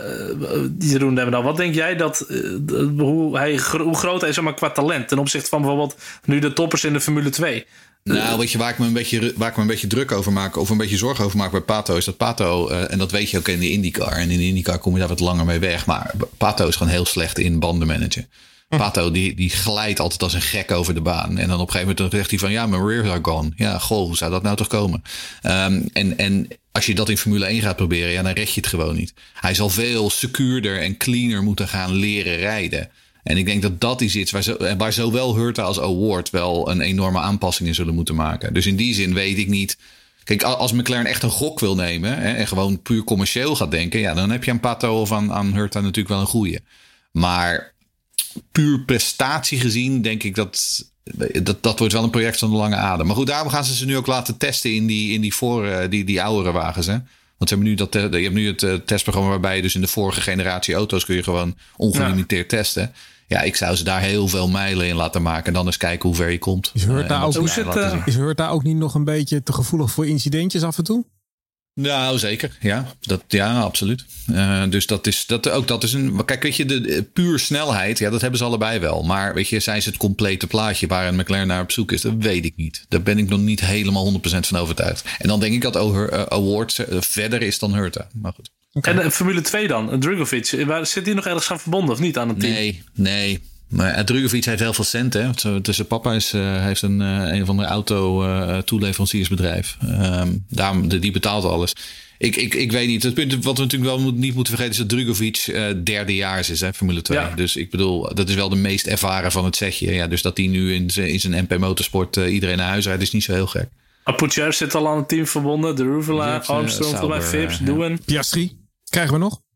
Jeroen, nou, wat denk jij dat... Uh, hoe, hij, hoe groot hij is maar qua talent... ten opzichte van bijvoorbeeld nu de toppers in de Formule twee... Nou, weet je, waar ik me een beetje, waar ik me een beetje druk over maak, of een beetje zorgen over maak bij Pato, is dat Pato, uh, en dat weet je ook in de IndyCar, en in de IndyCar kom je daar wat langer mee weg, maar Pato is gewoon heel slecht in bandenmanagen. Pato die, die glijdt altijd als een gek over de baan. En dan op een gegeven moment zegt hij van ja, mijn rears are gone. Ja, goh, hoe zou dat nou toch komen? Um, en, en als je dat in Formule één gaat proberen, ja, dan red je het gewoon niet. Hij zal veel secuurder en cleaner moeten gaan leren rijden. En ik denk dat dat is iets waar, zo, waar zowel Hurta als Award wel een enorme aanpassing in zullen moeten maken. Dus in die zin weet ik niet. Kijk, als McLaren echt een gok wil nemen hè, en gewoon puur commercieel gaat denken, ja, dan heb je aan Pato of aan, aan Hurta natuurlijk wel een goeie. Maar puur prestatie gezien denk ik dat, dat dat wordt wel een project van de lange adem. Maar goed, daarom gaan ze ze nu ook laten testen in die, in die, voor, die, die oudere wagens. Hè? Want ze hebben nu dat, je hebt nu het testprogramma waarbij je dus in de vorige generatie auto's kun je gewoon ongelimiteerd ja. testen. Ja, ik zou ze daar heel veel mijlen in laten maken en dan eens kijken hoe ver je komt. Is Hurta ook, uh, ook niet nog een beetje te gevoelig voor incidentjes af en toe? Nou, zeker. Ja, dat, ja absoluut. Uh, dus dat is, dat, ook dat is een... Kijk, weet je, de, de puur snelheid, ja, dat hebben ze allebei wel. Maar weet je, zijn ze het complete plaatje waar een McLaren naar op zoek is? Dat weet ik niet. Daar ben ik nog niet helemaal honderd procent van overtuigd. En dan denk ik dat over uh, Awards uh, verder is dan Hurta. Maar goed. Okay. En uh, Formule twee dan, Drugovic. Waar, zit hij nog ergens aan verbonden of niet aan het team? Nee, nee. Maar Drugovic heeft heel veel cent, hè. Tussen papa is, uh, heeft een, uh, een van de auto uh, toeleveranciersbedrijf. Um, daarom, die betaalt alles. Ik, ik, ik weet niet. Het punt wat we natuurlijk wel moet, niet moeten vergeten... is dat Drugovic uh, derdejaars is, hè, Formule twee. Ja. Dus ik bedoel, dat is wel de meest ervaren van het setje. Ja, dus dat hij nu in zijn, in zijn M P Motorsport uh, iedereen naar huis rijdt... is niet zo heel gek. Poutier zit al aan het team verbonden. De Ruvela, Armstrong, uh, volgens mij Phipps, uh, Doen. Ja. Piastri, krijgen we nog?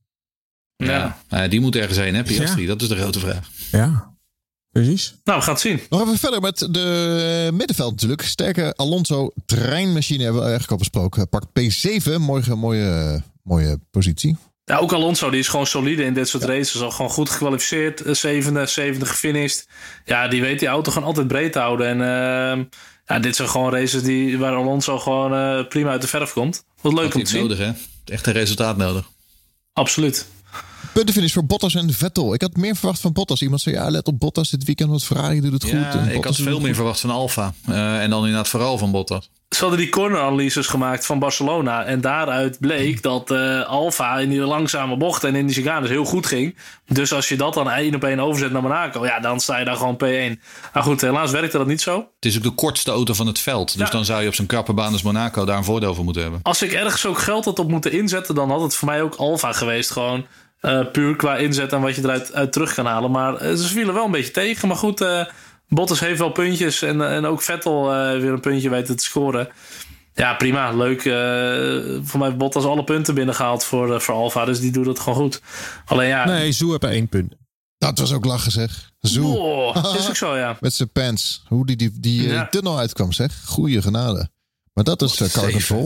Ja, ja. Uh, die moet ergens heen, hè, Piastri? Ja. Dat is de grote vraag. Ja. Precies. Nou, we gaan het zien. Nog even verder met de middenveld natuurlijk. Sterke Alonso treinmachine hebben we eigenlijk al besproken. Pakt P zeven, mooie, mooie, mooie positie. Ja, ook Alonso, die is gewoon solide in dit soort ja. races. Al gewoon goed gekwalificeerd. zevende, zevende gefinished. Ja, die weet die auto gewoon altijd breed te houden. En uh, ja, dit zijn gewoon races die, waar Alonso gewoon uh, prima uit de verf komt. Wat leuk om te zien. Nodig, hè? Echt een resultaat nodig. Absoluut. Puntenfinish voor Bottas en Vettel. Ik had meer verwacht van Bottas. Iemand zei, ja, let op Bottas dit weekend, want Ferrari doet het ja, goed. En ik had veel meer verwacht van Alfa. Uh, en dan inderdaad vooral van Bottas. Ze hadden die corner-analyses gemaakt van Barcelona. En daaruit bleek dat uh, Alfa in die langzame bochten en in die chicanes heel goed ging. Dus als je dat dan één op één overzet naar Monaco, ja, dan sta je daar gewoon P één. Maar goed, helaas werkte dat niet zo. Het is ook de kortste auto van het veld. Dus ja. dan zou je op zo'n krappe baan als Monaco daar een voordeel voor moeten hebben. Als ik ergens ook geld had op moeten inzetten, dan had het voor mij ook Alfa geweest. Gewoon uh, puur qua inzet en wat je eruit uit terug kan halen. Maar uh, ze vielen wel een beetje tegen. Maar goed, uh, Bottas heeft wel puntjes. En, uh, en ook Vettel uh, weer een puntje weten te scoren. Ja, prima. Leuk. Uh, voor mij heeft Bottas alle punten binnengehaald voor, uh, voor Alfa. Dus die doet het gewoon goed. Alleen ja... Nee, Zoe heeft één punt. Dat was ook lachen, zeg. Zoe. Oh, is ook zo, ja. Met zijn pants. Hoe die, die, die ja. tunnel uitkwam, zeg. Goeie genade. Maar dat is uh, carnaval.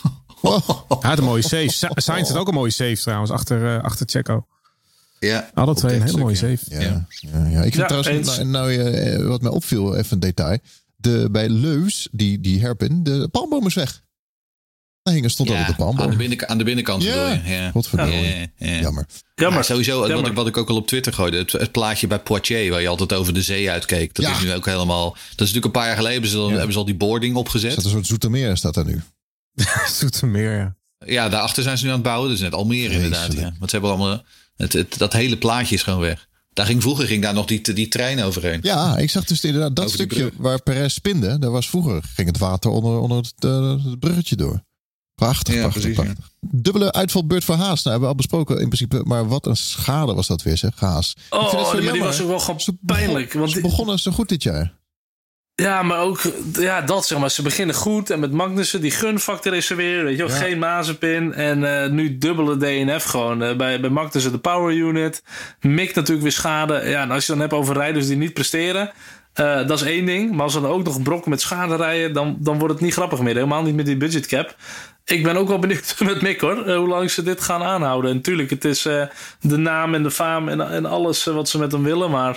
Oh. Hij had een mooie save. Sainz had ook een mooie save trouwens. Achter, uh, achter Checo. Ja. Alle twee een hele mooie save. Ja, ja. Ja, ja. Ik vind ja, trouwens, nou, nou, uh, wat mij opviel, even een detail. De, bij Leus, die, die hairpin, de palmboom is weg. Daar hing, stond ja, ook de palmboom. Aan de, binnen, aan de binnenkant ja. bedoel je. Ja. Godverdomme. Ja, ja, ja. Jammer. Jammer. Maar sowieso, Jammer. Wat, ik, wat ik ook al op Twitter gooide. Het, het plaatje bij Poitiers, waar je altijd over de zee uitkeek. Dat ja. is nu ook helemaal... Dat is natuurlijk een paar jaar geleden. Hebben ze, al, ja. hebben ze al die boarding opgezet. Is dat een soort Zoetermeer staat daar nu? Zoetermeer, ja. Ja, daarachter zijn ze nu aan het bouwen. Dus net Almere inderdaad. Ja. Want ze hebben allemaal... Het, het, dat hele plaatje is gewoon weg. Daar ging vroeger ging daar nog die, die trein overheen. Ja, ik zag dus inderdaad dat Over stukje waar Perez spinde. Daar was vroeger, ging het water onder, onder het, uh, het bruggetje door. Prachtig, ja, prachtig, precies, prachtig. Ja. Dubbele uitvalbeurt voor Haas. Nou, hebben we al besproken in principe. Maar wat een schade was dat weer, zeg, Haas. Oh, maar jammer, die was ook wel gewoon ze pijnlijk. Begon, want ze begonnen zo goed dit jaar. Ja, maar ook ja, dat zeg maar. Ze beginnen goed. En met Magnussen, die gunfactor is er weer. Weet je wel, ja. Geen Mazepin. En uh, nu dubbele D N F gewoon. Uh, bij, bij Magnussen de power unit. Mick natuurlijk weer schade. Ja, en als je dan hebt over rijders die niet presteren. Uh, dat is één ding. Maar als er dan ook nog brokken met schade rijden. Dan, dan wordt het niet grappig meer. Helemaal niet met die budgetcap. Ik ben ook wel benieuwd met Mick hoor. Uh, hoe lang ze dit gaan aanhouden. En natuurlijk, het is uh, de naam en de faam. En, en alles uh, wat ze met hem willen. Maar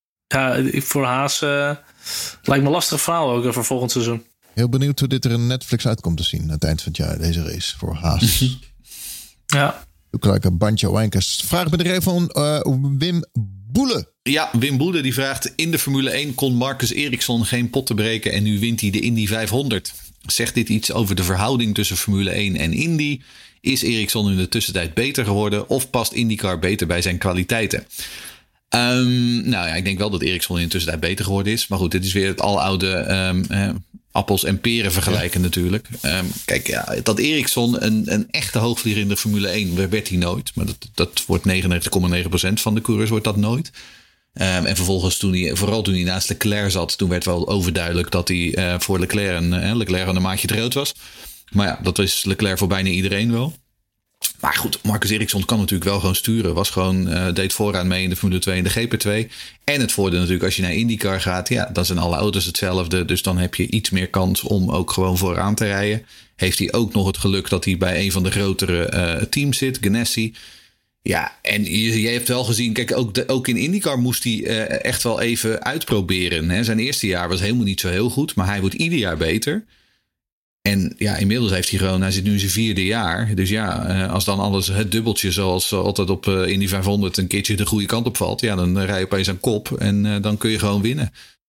ja, voor Haas... Uh, lijkt me een lastig verhaal ook voor volgend seizoen. Heel benieuwd hoe dit er in Netflix uitkomt te zien. Aan het eind van het jaar, deze race voor Haas. Ja. Ook gelijk een bandje wankers. Vraag bedrijf van uh, Wim Boele. Ja, Wim Boele die vraagt... In de Formule één kon Marcus Ericsson geen potten breken... en nu wint hij de Indy vijfhonderd. Zegt dit iets over de verhouding tussen Formule één en Indy? Is Ericsson in de tussentijd beter geworden... of past IndyCar beter bij zijn kwaliteiten? Um, nou ja, ik denk wel dat Ericsson in de tussentijd beter geworden is. Maar goed, dit is weer het aloude um, uh, appels en peren vergelijken ja. natuurlijk. Um, kijk, ja, dat Ericsson een, een echte hoogvlieger in de Formule één werd hij nooit. Maar dat, dat wordt negenennegentig komma negen procent van de coureurs wordt dat nooit. Um, en vervolgens, toen hij, vooral toen hij naast Leclerc zat... toen werd wel overduidelijk dat hij uh, voor Leclerc een, uh, Leclerc een maatje te groot was. Maar ja, dat is Leclerc voor bijna iedereen wel. Maar goed, Marcus Ericsson kan natuurlijk wel gewoon sturen. Was gewoon, uh, deed vooraan mee in de Formule twee en de G P twee. En het voordeel natuurlijk als je naar IndyCar gaat. Ja, dan zijn alle auto's hetzelfde. Dus dan heb je iets meer kans om ook gewoon vooraan te rijden. Heeft hij ook nog het geluk dat hij bij een van de grotere uh, teams zit. Ganassi. Ja, en je, je hebt wel gezien. Kijk, ook, de, ook in IndyCar moest hij uh, echt wel even uitproberen. Hè. Zijn eerste jaar was helemaal niet zo heel goed. Maar hij wordt ieder jaar beter. En ja, inmiddels heeft hij gewoon, hij zit nu in zijn vierde jaar. Dus ja, als dan alles het dubbeltje zoals altijd op Indy vijfhonderd een keertje de goede kant op valt. Ja, dan rij je opeens aan kop en dan kun je gewoon winnen.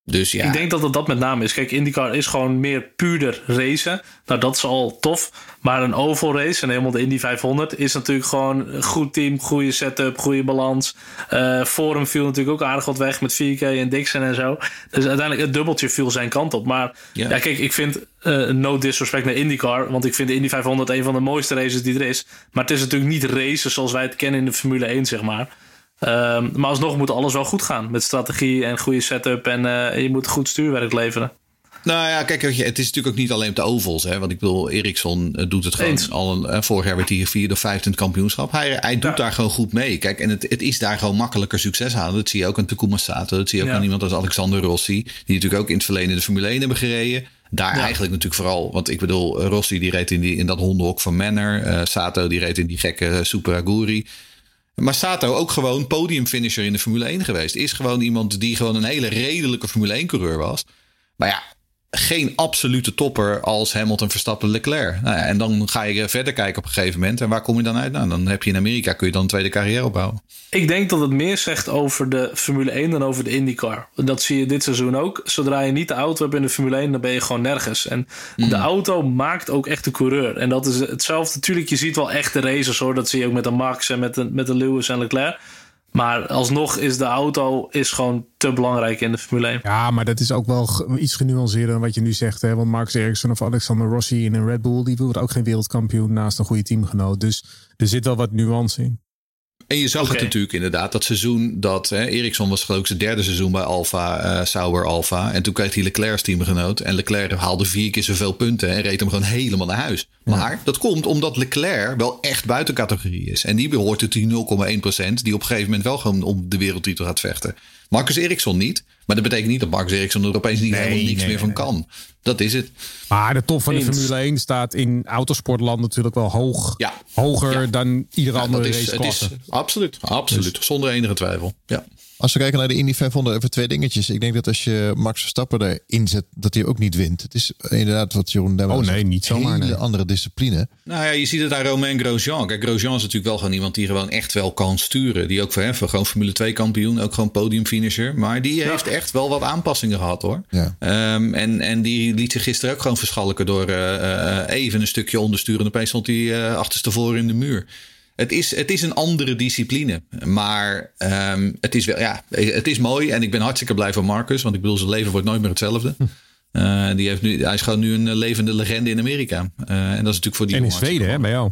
Dus ja. Ik denk dat het dat met name is. Kijk, IndyCar is gewoon meer puurder racen. Nou, dat is al tof. Maar een oval race en helemaal de Indy vijfhonderd is natuurlijk gewoon een goed team, goede setup, goede balans. Uh, Forum viel natuurlijk ook aardig wat weg met vier K en Dixon en zo. Dus uiteindelijk het dubbeltje viel zijn kant op. Maar ja, ja kijk, ik vind uh, no disrespect naar IndyCar, want ik vind de Indy vijfhonderd een van de mooiste races die er is. Maar het is natuurlijk niet racen zoals wij het kennen in de Formule één, zeg maar. Um, maar alsnog moet alles wel goed gaan. Met strategie en goede setup. En uh, je moet goed stuurwerk leveren. Nou ja, kijk, het is natuurlijk ook niet alleen op de ovals. Hè, want ik bedoel, Ericsson doet het gewoon Eens. al. Een, vorig jaar werd hij vierde of vijfde in het kampioenschap. Hij, hij doet ja. daar gewoon goed mee. Kijk, en het, het is daar gewoon makkelijker succes halen. Dat zie je ook aan Takuma Sato. Dat zie je ook ja. aan iemand als Alexander Rossi. Die natuurlijk ook in het verleden in de Formule één hebben gereden. Daar ja. eigenlijk natuurlijk vooral. Want ik bedoel, Rossi die reed in, die, in dat hondenhok van Manor. Uh, Sato die reed in die gekke Super Aguri. Maar Sato ook gewoon podiumfinisher in de Formule één geweest. Is gewoon iemand die gewoon een hele redelijke Formule één coureur was. Maar ja, geen absolute topper als Hamilton, Verstappen, Leclerc. Nou ja, en dan ga je verder kijken op een gegeven moment. En waar kom je dan uit? Nou, dan heb je in Amerika, kun je dan een tweede carrière opbouwen. Ik denk dat het meer zegt over de Formule één dan over de IndyCar. Dat zie je dit seizoen ook. Zodra je niet de auto hebt in de Formule één, dan ben je gewoon nergens. En mm. de auto maakt ook echt de coureur. En dat is hetzelfde. Natuurlijk, je ziet wel echt de racers hoor. Dat zie je ook met de Max en met de, met de Lewis en Leclerc. Maar alsnog is de auto is gewoon te belangrijk in de Formule één. Ja, maar dat is ook wel iets genuanceerder dan wat je nu zegt. Hè? Want Max Ericsson of Alexander Rossi in een Red Bull, die wordt ook geen wereldkampioen naast een goede teamgenoot. Dus er zit wel wat nuance in. En je zag okay. het natuurlijk inderdaad, dat seizoen dat hè, Ericsson was geloof ik zijn derde seizoen bij Alfa, uh, Sauber Alfa. En toen kreeg hij Leclerc's teamgenoot. En Leclerc haalde vier keer zoveel punten en reed hem gewoon helemaal naar huis. Ja. Maar dat komt omdat Leclerc wel echt buiten categorie is. En die behoort tot die nul komma één procent die op een gegeven moment wel gewoon om de wereldtitel gaat vechten. Marcus Ericsson niet. Maar dat betekent niet dat Marcus Ericsson er opeens niet nee, helemaal niks nee, meer van nee. kan. Dat is het. Maar de top van de Formule één staat in autosportland natuurlijk wel hoog. Ja. Hoger ja. dan iedere ja, andere raceklasse. Absoluut, absoluut. Dus. Zonder enige twijfel. Ja. Als we kijken naar de Indy vijfhonderd, even twee dingetjes. Ik denk dat als je Max Verstappen erin zet, dat hij ook niet wint. Het is inderdaad wat Jeroen Demmer Oh nee, niet zomaar. Een hele nee. andere discipline. Nou ja, je ziet het aan Romain Grosjean. Kijk, Grosjean is natuurlijk wel gewoon iemand die gewoon echt wel kan sturen. Die ook voor hem, gewoon Formule twee kampioen, ook gewoon podiumfinisher. Maar die ja. heeft echt wel wat aanpassingen gehad hoor. Ja. Um, en, en die liet zich gisteren ook gewoon verschalken door uh, uh, even een stukje ondersturen. En opeens stond hij uh, achterstevoren in de muur. Het is, het is een andere discipline. Maar um, het is wel, ja, het is mooi. En ik ben hartstikke blij voor Marcus. Want ik bedoel, zijn leven wordt nooit meer hetzelfde. Uh, die heeft nu, hij is gewoon nu een levende legende in Amerika. Uh, en dat is natuurlijk voor die En in Zweden, hè, bij jou.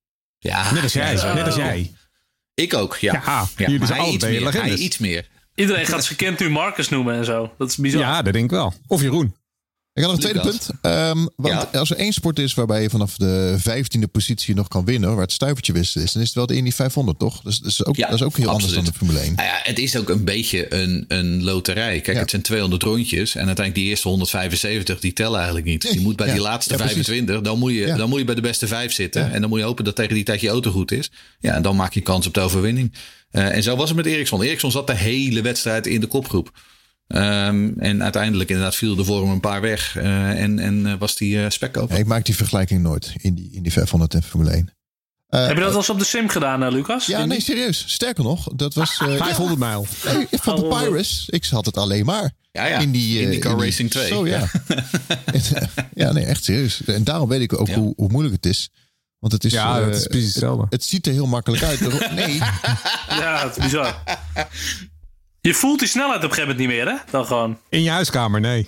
Ja, net als jij. Ja, net als jij. Ik ook, ja. Ja, ja jullie maar hij iets, meer, hij iets meer. Iedereen gaat zijn kind nu Marcus noemen en zo. Dat is bizar. Ja, dat denk ik wel. Of Jeroen. Ik had nog een tweede punt. Um, want ja. als er één sport is waarbij je vanaf de vijftiende positie nog kan winnen, waar het stuivertje wisselen is, dan is het wel de Indy vijfhonderd, toch? Dus dat is ook, ja, dat is ook heel absoluut. anders dan de Formule één. Nou ja, het is ook een beetje een, een loterij. Kijk, ja. het zijn tweehonderd rondjes en uiteindelijk die eerste honderdvijfenzeventig, die tellen eigenlijk niet. Je moet bij ja. die laatste ja, vijfentwintig, dan moet, je, ja. dan moet je bij de beste vijf zitten. Ja. En dan moet je hopen dat tegen die tijd je auto goed is. Ja, en dan maak je kans op de overwinning. Uh, en zo was het met Ericsson. Ericsson zat de hele wedstrijd in de kopgroep. Um, en uiteindelijk inderdaad viel er voor hem een paar weg. Uh, en, en uh, was die uh, spek open. Ja, ik maak die vergelijking nooit in die, in die vijfhonderd en Formule één. Uh, Heb je dat wel eens op de sim gedaan, uh, Lucas? Ja, nee, serieus. Sterker nog, dat was... Uh, vijfhonderd ja, mijl. Nee, van de Pyrus. Ik had het alleen maar. Ja, ja. In die, uh, IndyCar in die, Racing twee. Zo, ja. ja, nee, echt serieus. En daarom weet ik ook ja. hoe, hoe moeilijk het is. Want het is, ja, uh, het is precies hetzelfde. Het, het ziet er heel makkelijk uit. Nee. Ja, het is bizar. Je voelt die snelheid op een gegeven moment niet meer, hè? Dan gewoon. In je huiskamer, nee.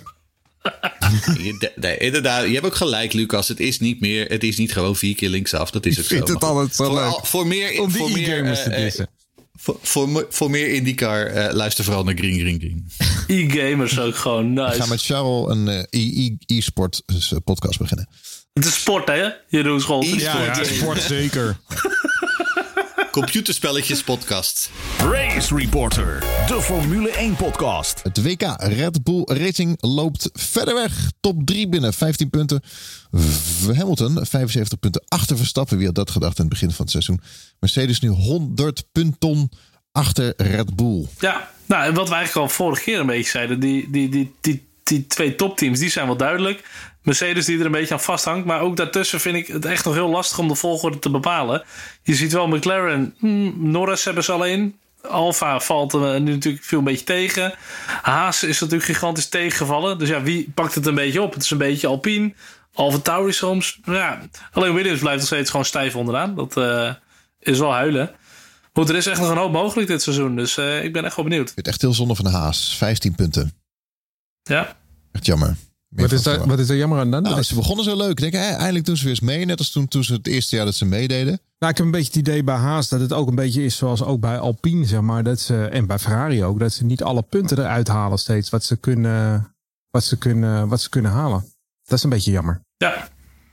nee, inderdaad. Je hebt ook gelijk, Lucas. Het is niet meer. Het is niet gewoon vier keer linksaf. Dat is het zo. Ik vind het altijd zo voor, leuk. Voor meer, om die voor meer, e-gamers te dissen. Uh, voor, voor, voor meer IndyCar, uh, luister vooral naar Green Green Green. E-gamers ook gewoon, nice. We gaan met Charles een uh, e-sport podcast beginnen. Het is sport, hè? Jeroen Scholten. Ja, ja, sport zeker. Computerspelletjes podcast. Race Reporter, de Formule één podcast. Het W K Red Bull Racing loopt verder weg. Top drie binnen, vijftien punten. Hamilton, vijfenzeventig punten achter Verstappen. Wie had dat gedacht in het begin van het seizoen? Mercedes nu honderd punten achter Red Bull. Ja, nou, en wat we eigenlijk al vorige keer een beetje zeiden. Die, die, die, die, die twee topteams, die zijn wel duidelijk. Mercedes die er een beetje aan vasthangt. Maar ook daartussen vind ik het echt nog heel lastig om de volgorde te bepalen. Je ziet wel McLaren, hmm, Norris hebben ze alleen. Alfa valt er nu natuurlijk veel een beetje tegen. Haas is natuurlijk gigantisch tegengevallen. Dus ja, wie pakt het een beetje op? Het is een beetje Alpine. AlphaTauri soms. Ja, alleen Williams blijft nog steeds gewoon stijf onderaan. Dat uh, is wel huilen. Goed, er is echt nog een hoop mogelijk dit seizoen. Dus uh, ik ben echt wel benieuwd. Het is echt heel zonde van de Haas. vijftien punten. Ja. Echt jammer. Wat is, daar, wat is er jammer aan dan? Nou, ze begonnen zo leuk. Ik denk, hey, eindelijk doen ze weer eens mee. Net als toen, toen ze het eerste jaar dat ze meededen. Nou, ik heb een beetje het idee bij Haas dat het ook een beetje is zoals ook bij Alpine, zeg maar. Dat ze, en bij Ferrari ook. Dat ze niet alle punten eruit halen steeds. Wat ze kunnen, wat ze kunnen, wat ze kunnen halen. Dat is een beetje jammer. Ja.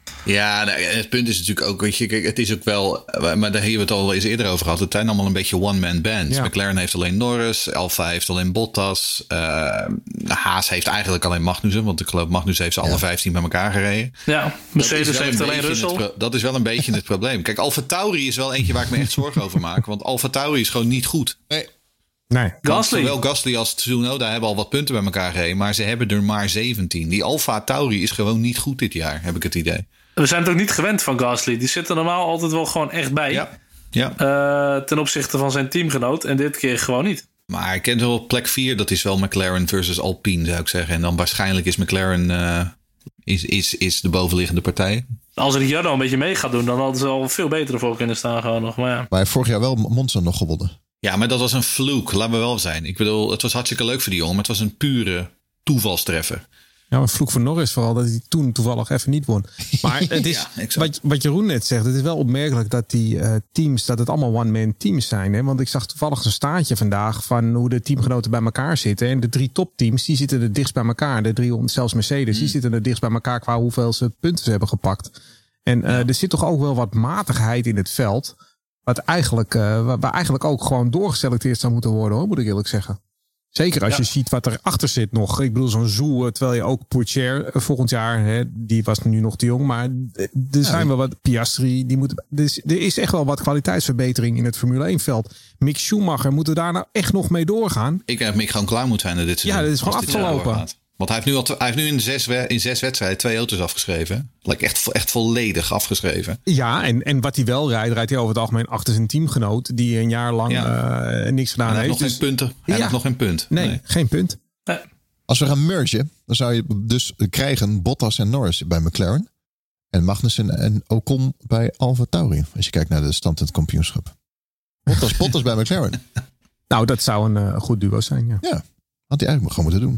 Ja, nou, het punt is natuurlijk ook, weet je, kijk, het is ook wel, maar daar hebben we het al eens eerder over gehad. Het zijn allemaal een beetje one-man bands. Ja. McLaren heeft alleen Norris, Alfa heeft alleen Bottas, uh, Haas heeft eigenlijk alleen Magnussen, want ik geloof Magnussen heeft ze ja. alle vijftien bij elkaar gereden. Ja, Mercedes heeft alleen Russell. Het, dat is wel een beetje het probleem. Kijk, AlphaTauri is wel eentje waar ik me echt zorgen over maak, want AlphaTauri is gewoon niet goed. Nee. Nee. Gasly. Zowel Gasly als Tsunoda hebben al wat punten bij elkaar gereden, maar ze hebben er maar zeventien. Die AlphaTauri is gewoon niet goed dit jaar, heb ik het idee. We zijn het ook niet gewend van Gasly. Die zit er normaal altijd wel gewoon echt bij. Ja. Ja. Uh, ten opzichte van zijn teamgenoot. En dit keer gewoon niet. Maar ik ken wel op plek vier. Dat is wel McLaren versus Alpine, zou ik zeggen. En dan waarschijnlijk is McLaren uh, is, is, is de bovenliggende partij. Als Ricciardo een beetje mee gaat doen, dan hadden ze al veel beter voor kunnen staan. Gewoon nog. Maar ja. Maar hij heeft vorig jaar wel Monza nog gewonnen. Ja, maar dat was een fluke. Laten we wel zijn. Ik bedoel, het was hartstikke leuk voor die jongen. Maar het was een pure toevalstreffer. Ja, een vloek voor Norris vooral dat hij toen toevallig even niet won. Maar het is, ja, wat, wat Jeroen net zegt, het is wel opmerkelijk dat die uh, teams, dat het allemaal one-man teams zijn. Hè? Want ik zag toevallig een staartje vandaag van hoe de teamgenoten bij elkaar zitten. En de drie topteams, die zitten er dichtst bij elkaar. De drie, zelfs Mercedes, mm. die zitten er dichtst bij elkaar qua hoeveel ze punten ze hebben gepakt. En uh, ja. er zit toch ook wel wat matigheid in het veld. Wat eigenlijk, uh, waar, waar eigenlijk ook gewoon doorgeselecteerd zou moeten worden, hoor, moet ik eerlijk zeggen. Zeker als ja. je ziet wat erachter zit nog. Ik bedoel, zo'n Zoe, terwijl je ook Pourchaire volgend jaar, hè, die was nu nog te jong. Maar er zijn ja, wel wat Piastri. Die moet, dus er is echt wel wat kwaliteitsverbetering in het Formule één veld. Mick Schumacher, moeten we daar nou echt nog mee doorgaan? Ik heb Mick gewoon klaar moeten zijn dit seizoen. Ja, dat is gewoon afgelopen. Want hij heeft nu, al, hij heeft nu in, zes, in zes wedstrijden twee auto's afgeschreven. Like echt, echt volledig afgeschreven. Ja, en, en wat hij wel rijdt, rijdt hij over het algemeen achter zijn teamgenoot. Die een jaar lang ja. uh, niks gedaan en hij heeft. Nog dus, geen punten. Hij ja. heeft nog geen punt. Nee, nee. geen punt. Nee. Als we gaan mergen, dan zou je dus krijgen Bottas en Norris bij McLaren. En Magnussen en Ocon bij AlphaTauri. Als je kijkt naar de stand in het kampioenschap. Bottas, Bottas bij McLaren. Nou, dat zou een uh, goed duo zijn. Ja. ja, had hij eigenlijk gewoon moeten doen.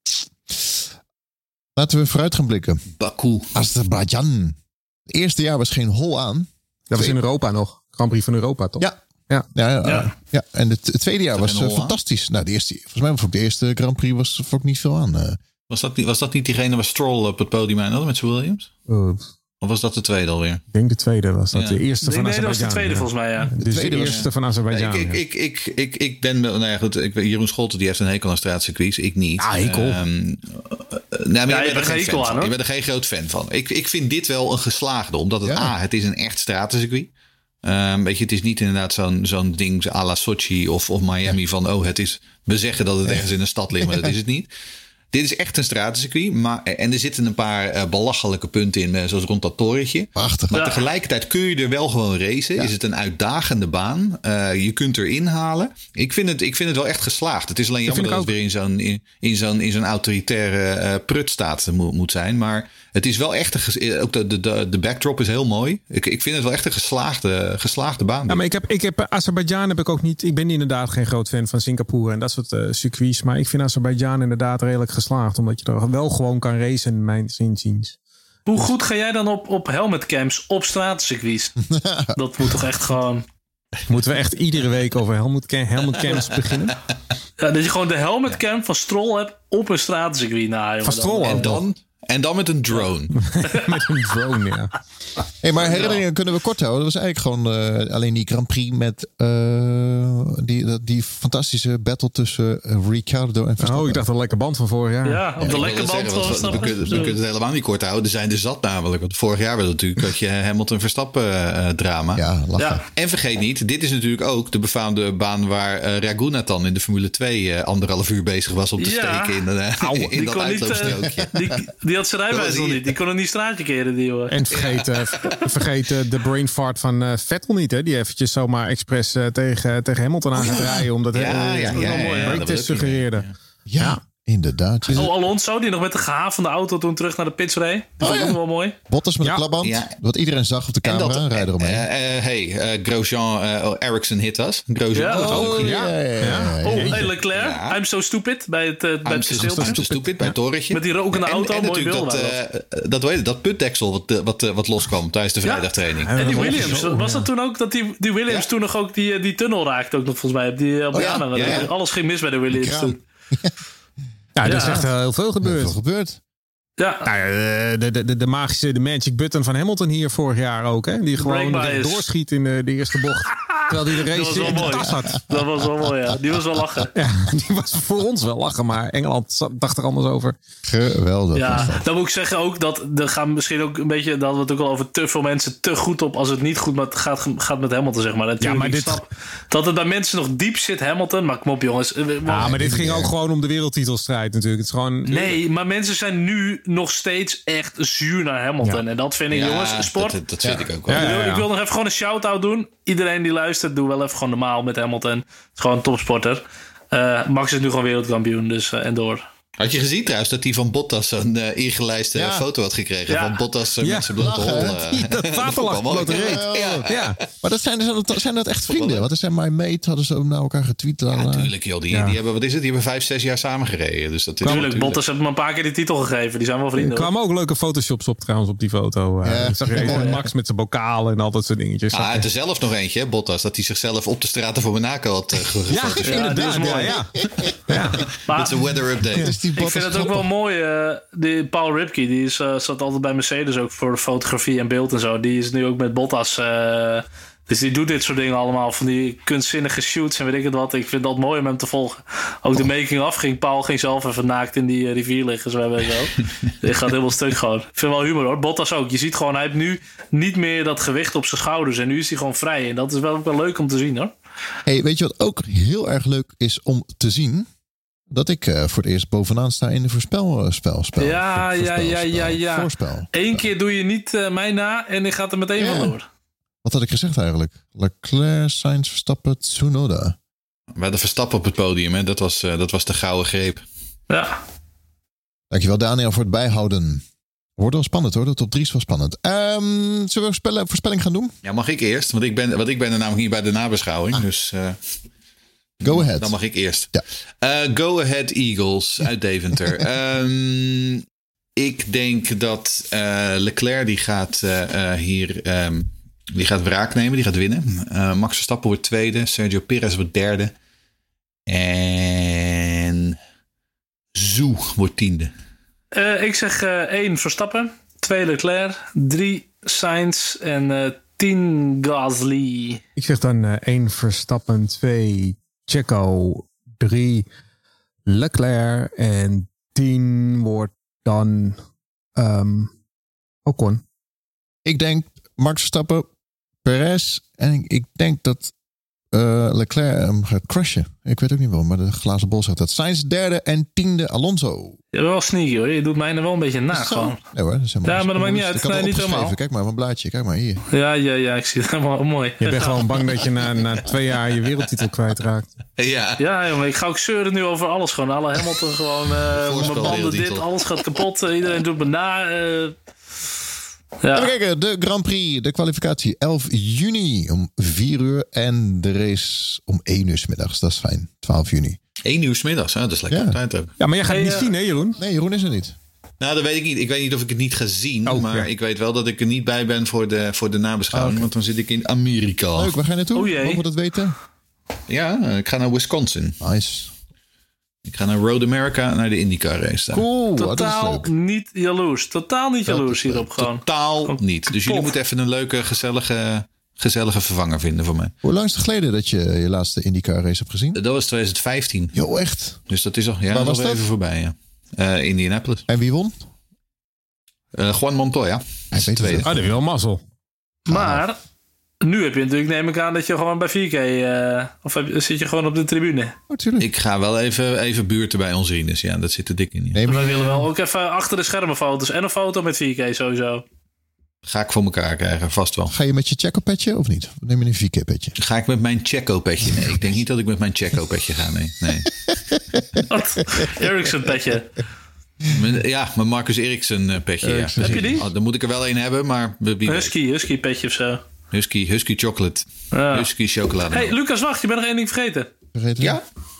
Laten we vooruit gaan blikken. Baku. Azerbeidzjan. Het eerste jaar was geen hol aan. Dat Twee. was in Europa nog. Grand Prix van Europa, toch? Ja. Ja, ja, ja. ja. ja. En het, het tweede jaar was uh, fantastisch. Nou, de eerste, volgens mij vond ik de eerste Grand Prix was vond ik niet veel aan. Uh. Was, dat niet, was dat niet diegene waar Stroll op het podium aan had met zijn Williams? Uh. Of was dat de tweede alweer? Ik denk de tweede was dat. Ja. De eerste nee, van nee, Azerbeidzjan. Nee, dat was de tweede ja. volgens mij, ja. De dus de eerste was, van Azerbeidzjan. Ik, ik, ik, ik, ik, ik ben... Nou ja, goed. Ik, Jeroen Scholten die heeft een hekel aan straatcircuits. Ik niet. Ah, hekel. Um, nou, ja, je bent er geen fan aan, Ik ben er geen groot fan van. Ik, ik vind dit wel een geslaagde. Omdat het... Ja. A, het is een echt stratencircuit. Um, weet je, het is niet inderdaad zo'n, zo'n ding à la Sochi of, of Miami ja. van... Oh, het is... We zeggen dat het ergens in een stad ligt, maar dat is het niet. Dit is echt een stratencircuit. Maar, en er zitten een paar uh, belachelijke punten in. Zoals rond dat torentje. Prachtig. Maar ja. tegelijkertijd kun je er wel gewoon racen. Ja. Is het een uitdagende baan. Uh, je kunt erin halen. Ik vind, het, ik vind het wel echt geslaagd. Het is alleen jammer dat, dat het weer in zo'n, in, in zo'n, in zo'n autoritaire uh, prutstaat moet, moet zijn. Maar het is wel echt een... Ges- ook de, de, de backdrop is heel mooi. Ik, ik vind het wel echt een geslaagde, geslaagde baan. Ja, maar ik heb, ik heb Azerbeidzjan heb ik ook niet... Ik ben inderdaad geen groot fan van Singapore en dat soort uh, circuits. Maar ik vind Azerbeidzjan inderdaad redelijk geslaagd. Omdat je er wel gewoon kan racen, mijn inziens. Hoe goed ga jij dan op, op helmetcams op straatcircuits? Dat moet toch echt gewoon... Moeten we echt iedere week over helmetcams helmet beginnen? Ja, dat je gewoon de helmetcam van Stroll hebt op een straatcircuit. Nou, van Stroll en dan... En dan met een drone. Met een drone, ja. Hey, maar herinneringen kunnen we kort houden. Dat was eigenlijk gewoon uh, alleen die Grand Prix met uh, die, die fantastische battle tussen uh, Ricciardo en Verstappen. Oh, ik dacht een lekker band van vorig jaar. Ja, op de ja, lekke band zeggen, van Verstappen. We, we, we kunnen het helemaal niet kort houden. Er zijn er zat namelijk. Want vorig jaar was het natuurlijk dat je Hamilton Verstappen uh, drama. Ja, lachen. Ja. En vergeet niet, dit is natuurlijk ook de befaamde baan waar uh, Raghunathan in de Formule twee uh, anderhalf uur bezig was om te ja. steken in, uh, in dat uitloopstrookje. Die, die die had zijn rijbewijs nog niet. Die kon er niet straatje keren, die jongen. En vergeet, uh, vergeet uh, de brain fart van uh, Vettel niet, hè? Die eventjes zomaar expres uh, tegen, tegen Hamilton aan gaat rijden. Omdat hij ja, uh, ja, een ja, mooie ja, breaktest suggereerde. Ja, ja, inderdaad. Oh, Alonso, die nog met de gehavende auto toen terug naar de pits reed. Dat vond ik ook wel mooi. Bottas met Ja. een klapband. Ja. Wat iedereen zag op de camera. En dat, rijden eromheen. uh, uh, hey, uh, Grosjean, uh, Ericsson hit us. Grosjean Ja, was ook. Oh, ja. ja, ja, ja, ja. Oh, Jeetje. hey Leclerc. Ja. I'm so stupid. Bij het, uh, bij I'm het so stiltje. stupid, stupid bij het torentje. Met die rokende En- auto, En, mooi natuurlijk beeld dat, waren uh, dat, hoe heet het, dat putdeksel wat, uh, wat, uh, wat loskwam tijdens de Ja. vrijdagtraining. En die dat Williams, was zo, was ja. dat toen ook dat die, die Williams Ja. toen nog ook die, die tunnel raakte ook nog volgens mij op die, op die Oh ja, aanhanger. ja, ja. Alles ging mis bij de Williams kraan. toen. Ja, er is Ja. echt uh, heel veel Wat gebeurd. is er gebeurd? Ja, Nou ja, de, de, de, de magische, de magic button van Hamilton hier vorig jaar ook. Hè? Die gewoon Break bias. doorschiet in de, de eerste bocht. Terwijl hij de dat was race wel in de mooi. tas had. Dat was wel mooi, ja. Die was wel lachen. Ja, die was voor ons wel lachen, maar Engeland zat- dacht er anders over. Geweldig. was Ja, dat. dan moet ik zeggen ook dat er gaan misschien ook een beetje, dat we het ook al over te veel mensen te goed op als het niet goed met, gaat, gaat met Hamilton, zeg maar. Natuurlijk, Ja, maar ik dit- snap dat het bij mensen nog diep zit, Hamilton, maar kom op jongens. Ja, maar dit ging ook gewoon om de wereldtitelstrijd natuurlijk. Het is gewoon... Nee, maar mensen zijn nu nog steeds echt zuur naar Hamilton. Ja. En dat vind ik, Ja, jongens, sport. Dat, dat vind ik ook wel. Ja, Ik ja. wil, ik wil nog even gewoon een shout-out doen. Iedereen die luistert, doe wel even gewoon normaal met Hamilton. Het is gewoon een topsporter. Uh, Max is nu gewoon wereldkampioen, dus uh, en door. Had je gezien trouwens dat hij van Bottas een uh, ingelijste Ja. foto had gekregen? Ja. Van Bottas uh, Ja. met zijn blote hol. Lachen, Uh, hè? Dat waterlag, vond ik wel mooi. blote reet. Ja, Ja. Maar dat zijn, zijn, dat, zijn dat echt vrienden? Want er zijn My Mate, hadden ze ook naar elkaar getweet. Ja, dan, eh, natuurlijk joh. Die, Ja. die hebben, wat is het? Die hebben vijf, zes jaar samen gereden. Dus dat is Tuurlijk, Bottas heeft me een paar keer die titel gegeven. Die zijn wel Er vrienden. hoor. kwamen ook leuke photoshops op trouwens op die foto. Uh, Ja. Ik zag je even Mooi, Max met zijn bokalen en al dat soort dingetjes. Ah, en er zelf nog eentje, hè, Bottas. Dat hij zichzelf op de straten van Monaco had uh, ja, gefotografeerd. Ja, die is inderdaad. mooi. Ja, ja. ja. Maar Met zijn weather update. is die ik Bottas vind het ook wel grappig. mooi. Uh, die Paul Ripke, die is, uh, zat altijd bij Mercedes ook voor fotografie en beeld en zo. Die is nu ook met Bottas. Uh, dus die doet dit soort dingen allemaal. Van die kunstzinnige shoots en weet ik het wat. Ik vind dat mooi om hem te volgen. Ook de making-of ging. Paul ging zelf even naakt in die uh, rivier liggen zwemmen en zo. Dit gaat helemaal stuk gewoon. Ik vind wel humor hoor. Bottas ook. Je ziet gewoon, hij heeft nu niet meer dat gewicht op zijn schouders. En nu is hij gewoon vrij. En dat is wel ook wel leuk om te zien hoor. Hey, weet je wat ook heel erg leuk is om te zien? Dat ik uh, voor het eerst bovenaan sta in de voorspelspel. Spel, Ja, Voor- ja, ja, voorspelspel, ja, ja. Voorspel. Eén keer doe je niet uh, mij na en ik ga er meteen Ja. vandoor. Wat had ik gezegd eigenlijk? Leclerc, Sainz, Verstappen, Tsunoda. We hadden Verstappen op het podium. Hè. Dat, was, uh, dat was de gouden greep. Ja. Dankjewel Daniel voor het bijhouden. Wordt wel spannend hoor, de top drie is wel spannend. Um, zullen we een voorspelling, voorspelling gaan doen? Ja, mag ik eerst? Want ik ben, want ik ben er namelijk niet bij de nabeschouwing. Dus uh, Go ahead. dan mag ik eerst. Ja. Uh, go ahead Eagles uit Deventer. um, ik denk dat uh, Leclerc die gaat uh, uh, hier um, die gaat wraak nemen. Die gaat winnen. Uh, Max Verstappen wordt tweede. Sergio Perez wordt derde. En Zoe wordt tiende. Uh, ik zeg uh, één Verstappen, twee Leclerc, drie Sainz en uh, tien Gasly. Ik zeg dan uh, één Verstappen, twee Checo, drie Leclerc en tien wordt dan um, Ocon. Ik denk Max Verstappen, Perez. En ik, ik denk dat uh, Leclerc hem gaat crushen. Ik weet ook niet wel, maar de glazen bol zegt dat. Sainz derde en tiende Alonso. Je bent wel sneaky hoor. Je doet mij er wel een beetje na Zo. gewoon. Nee hoor, dat is helemaal Ja, maar dat maakt niet Ik uit. had het Nee, niet opgeschreven. helemaal. Kijk maar, mijn blaadje. Kijk maar hier. Ja, ja, ja. Ik zie het helemaal mooi. Je bent gewoon bang dat je na, na twee jaar je wereldtitel kwijtraakt. Ja. Ja, jongen, ik ga ook zeuren nu over alles. Gewoon alle Hamilton gewoon. Uh, Voorspel mijn banden dit, wereldtitel. alles gaat kapot. Uh, iedereen doet me na. Uh, ja. Even kijken, de Grand Prix, de kwalificatie elf juni om vier uur. En de race om één uur 's middags. Dat is fijn, twaalf juni. Eén uur 's middags, hè? Dat is lekker Ja. op tijd ook. Ja, maar jij gaat Hey, het niet uh, zien, hè Jeroen? Nee, Jeroen is er niet. Nou, dat weet ik niet. Ik weet niet of ik het niet ga zien. Oh, maar ja. ik weet wel dat ik er niet bij ben voor de, voor de nabeschouwing. Oh, okay. Want dan zit ik in Amerika. Leuk, waar ga je naartoe? Oh jee. Mogen we dat weten? Ja, eh, ik ga naar Wisconsin. Nice. Ik ga naar Road America, naar de IndyCar race daar. Cool, dat is Totaal leuk. niet jaloers. Totaal niet Dat jaloers is leuk. hierop gewoon. Totaal niet. Dus jullie Tof. moeten even een leuke, gezellige, gezellige vervanger vinden voor mij. Hoe lang is het geleden dat je je laatste IndyCar race hebt gezien? Dat was twintig vijftien. Jo, echt? Dus dat is al, ja, Waar dat was is al dat? even voorbij. Ja. Uh, Indianapolis. En wie won? Uh, Juan Montoya. Hij weet het tweede. Ah, dat is wel mazzel. Maar nu heb je natuurlijk, neem ik aan, dat je gewoon bij vier K... Uh, of heb, zit je gewoon op de tribune? Oh, tuurlijk. Ik ga wel even, even buurten bij ons Rinus. Ja, dat zit er dik in. Ja. Nee, maar... Wij willen wel ook even achter de schermen foto's. En een foto met vier K sowieso. Ga ik voor elkaar krijgen, vast wel. Ga je met je Checo-petje of niet? Of neem je een vier K-petje? Ga ik met mijn Checo-petje? Nee, ik denk niet dat ik met mijn Checo-petje ga. Nee, nee. Wat? Ericsson-petje. Ja, mijn Marcus Ericsson petje. Ja. Heb je die? Oh, dan moet ik er wel een hebben, maar... Husky, Husky petje of zo. Husky, Husky chocolate. Ja. Husky chocolade. Hey, Lucas, wacht. Je bent nog één ding vergeten. Vergeten? Ja?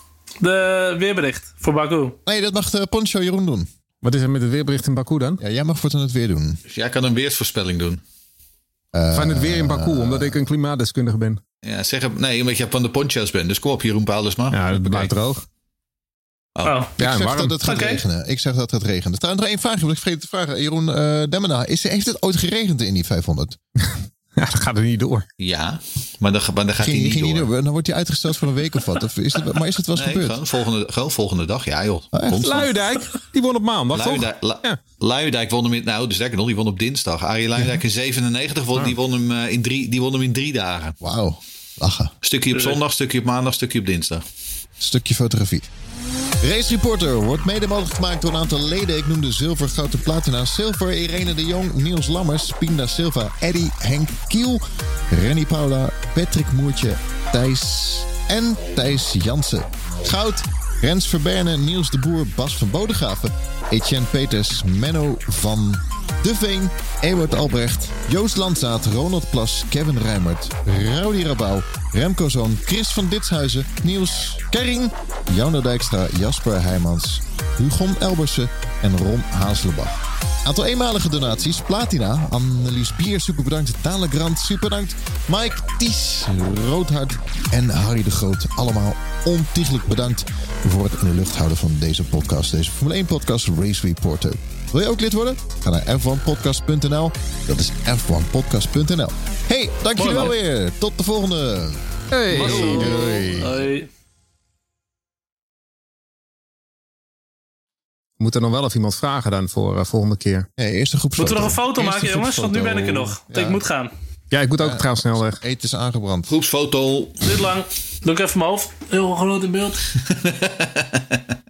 De weerbericht voor Baku. Nee, dat mag de Poncho Jeroen doen. Wat is er met het weerbericht in Baku dan? Ja, jij mag voortaan het weer doen. Dus jij kan een weersvoorspelling doen. Uh, van het weer in Baku, uh, omdat ik een klimaatdeskundige ben. Ja, zeg het. Nee, omdat je van de poncho's bent. Dus kom op, Jeroen Paulusma. Ja, het blijft droog. Oh. Oh. Ik ja, zeg warm. dat het gaat okay. regenen. Ik zeg dat het gaat regenen. Er staat nog één vraagje, want ik vergeet te vragen. Jeroen uh, Demmena, is, heeft het ooit geregend in die vijfhonderd? Ja, dat gaat er niet door. Ja, maar dan, maar dan gaat hij niet ging door. Niet door. Dan wordt hij uitgesteld voor een week of wat. Of is het, maar is het wel eens nee, gebeurd? Gewoon volgende, gewoon volgende dag, ja joh. Oh, Luijendijk, die won op maandag, Luijendijk, toch? La, ja. Luijendijk won hem in, nou, dus lekker nog, die won op dinsdag. Arie Luijendijk ja. in zevenennegentig, won, die, won hem, uh, in drie, die won hem in drie dagen. Wauw, lachen. Stukje op zondag, stukje op maandag, stukje op dinsdag. Stukje fotografie. Race Reporter wordt mede mogelijk gemaakt door een aantal leden. Ik noemde zilver, goud en platina. Zilver, Irene de Jong, Niels Lammers, Pinda Silva, Eddy, Henk Kiel, Renny Paula, Patrick Moertje, Thijs en Thijs Jansen. Goud, Rens Verberne, Niels de Boer, Bas van Bodegraven, Etienne Peters, Menno van De Veen, Ewart Albrecht, Joost Landzaat, Ronald Plas, Kevin Rijmert, Rowdy Rabouw, Remco Zoon, Chris van Ditshuizen, Niels, Karin, Jouno Dijkstra, Jasper Heijmans, Hugon Elbersen en Ron Hazelenbach. Aantal eenmalige donaties. Platina, Annelies Bier, super bedankt. Dale Grant, super bedankt. Mike Ties, Roodhart en Harry de Groot. Allemaal ontiegelijk bedankt voor het in de lucht houden van deze podcast. Deze Formule één podcast Race Reporter. Wil je ook lid worden? Ga naar f one podcast punt n l. Dat is f one podcast punt n l. Hey, dank jullie wel weer. Tot de volgende. Hey. Doei. Doei. Hoi. Moet er nog wel even iemand vragen dan voor uh, volgende keer? Nee, eerst een groepsfoto. Moeten we nog een foto eerst maken, een jongens? Want nu ben ik er nog. Ja. Ik moet gaan. Ja, ik moet ook ja, trouwens snel weg. Eten is aangebrand. Groepsfoto. Dit lang. Doe ik even mijn hoofd. Heel groot in beeld.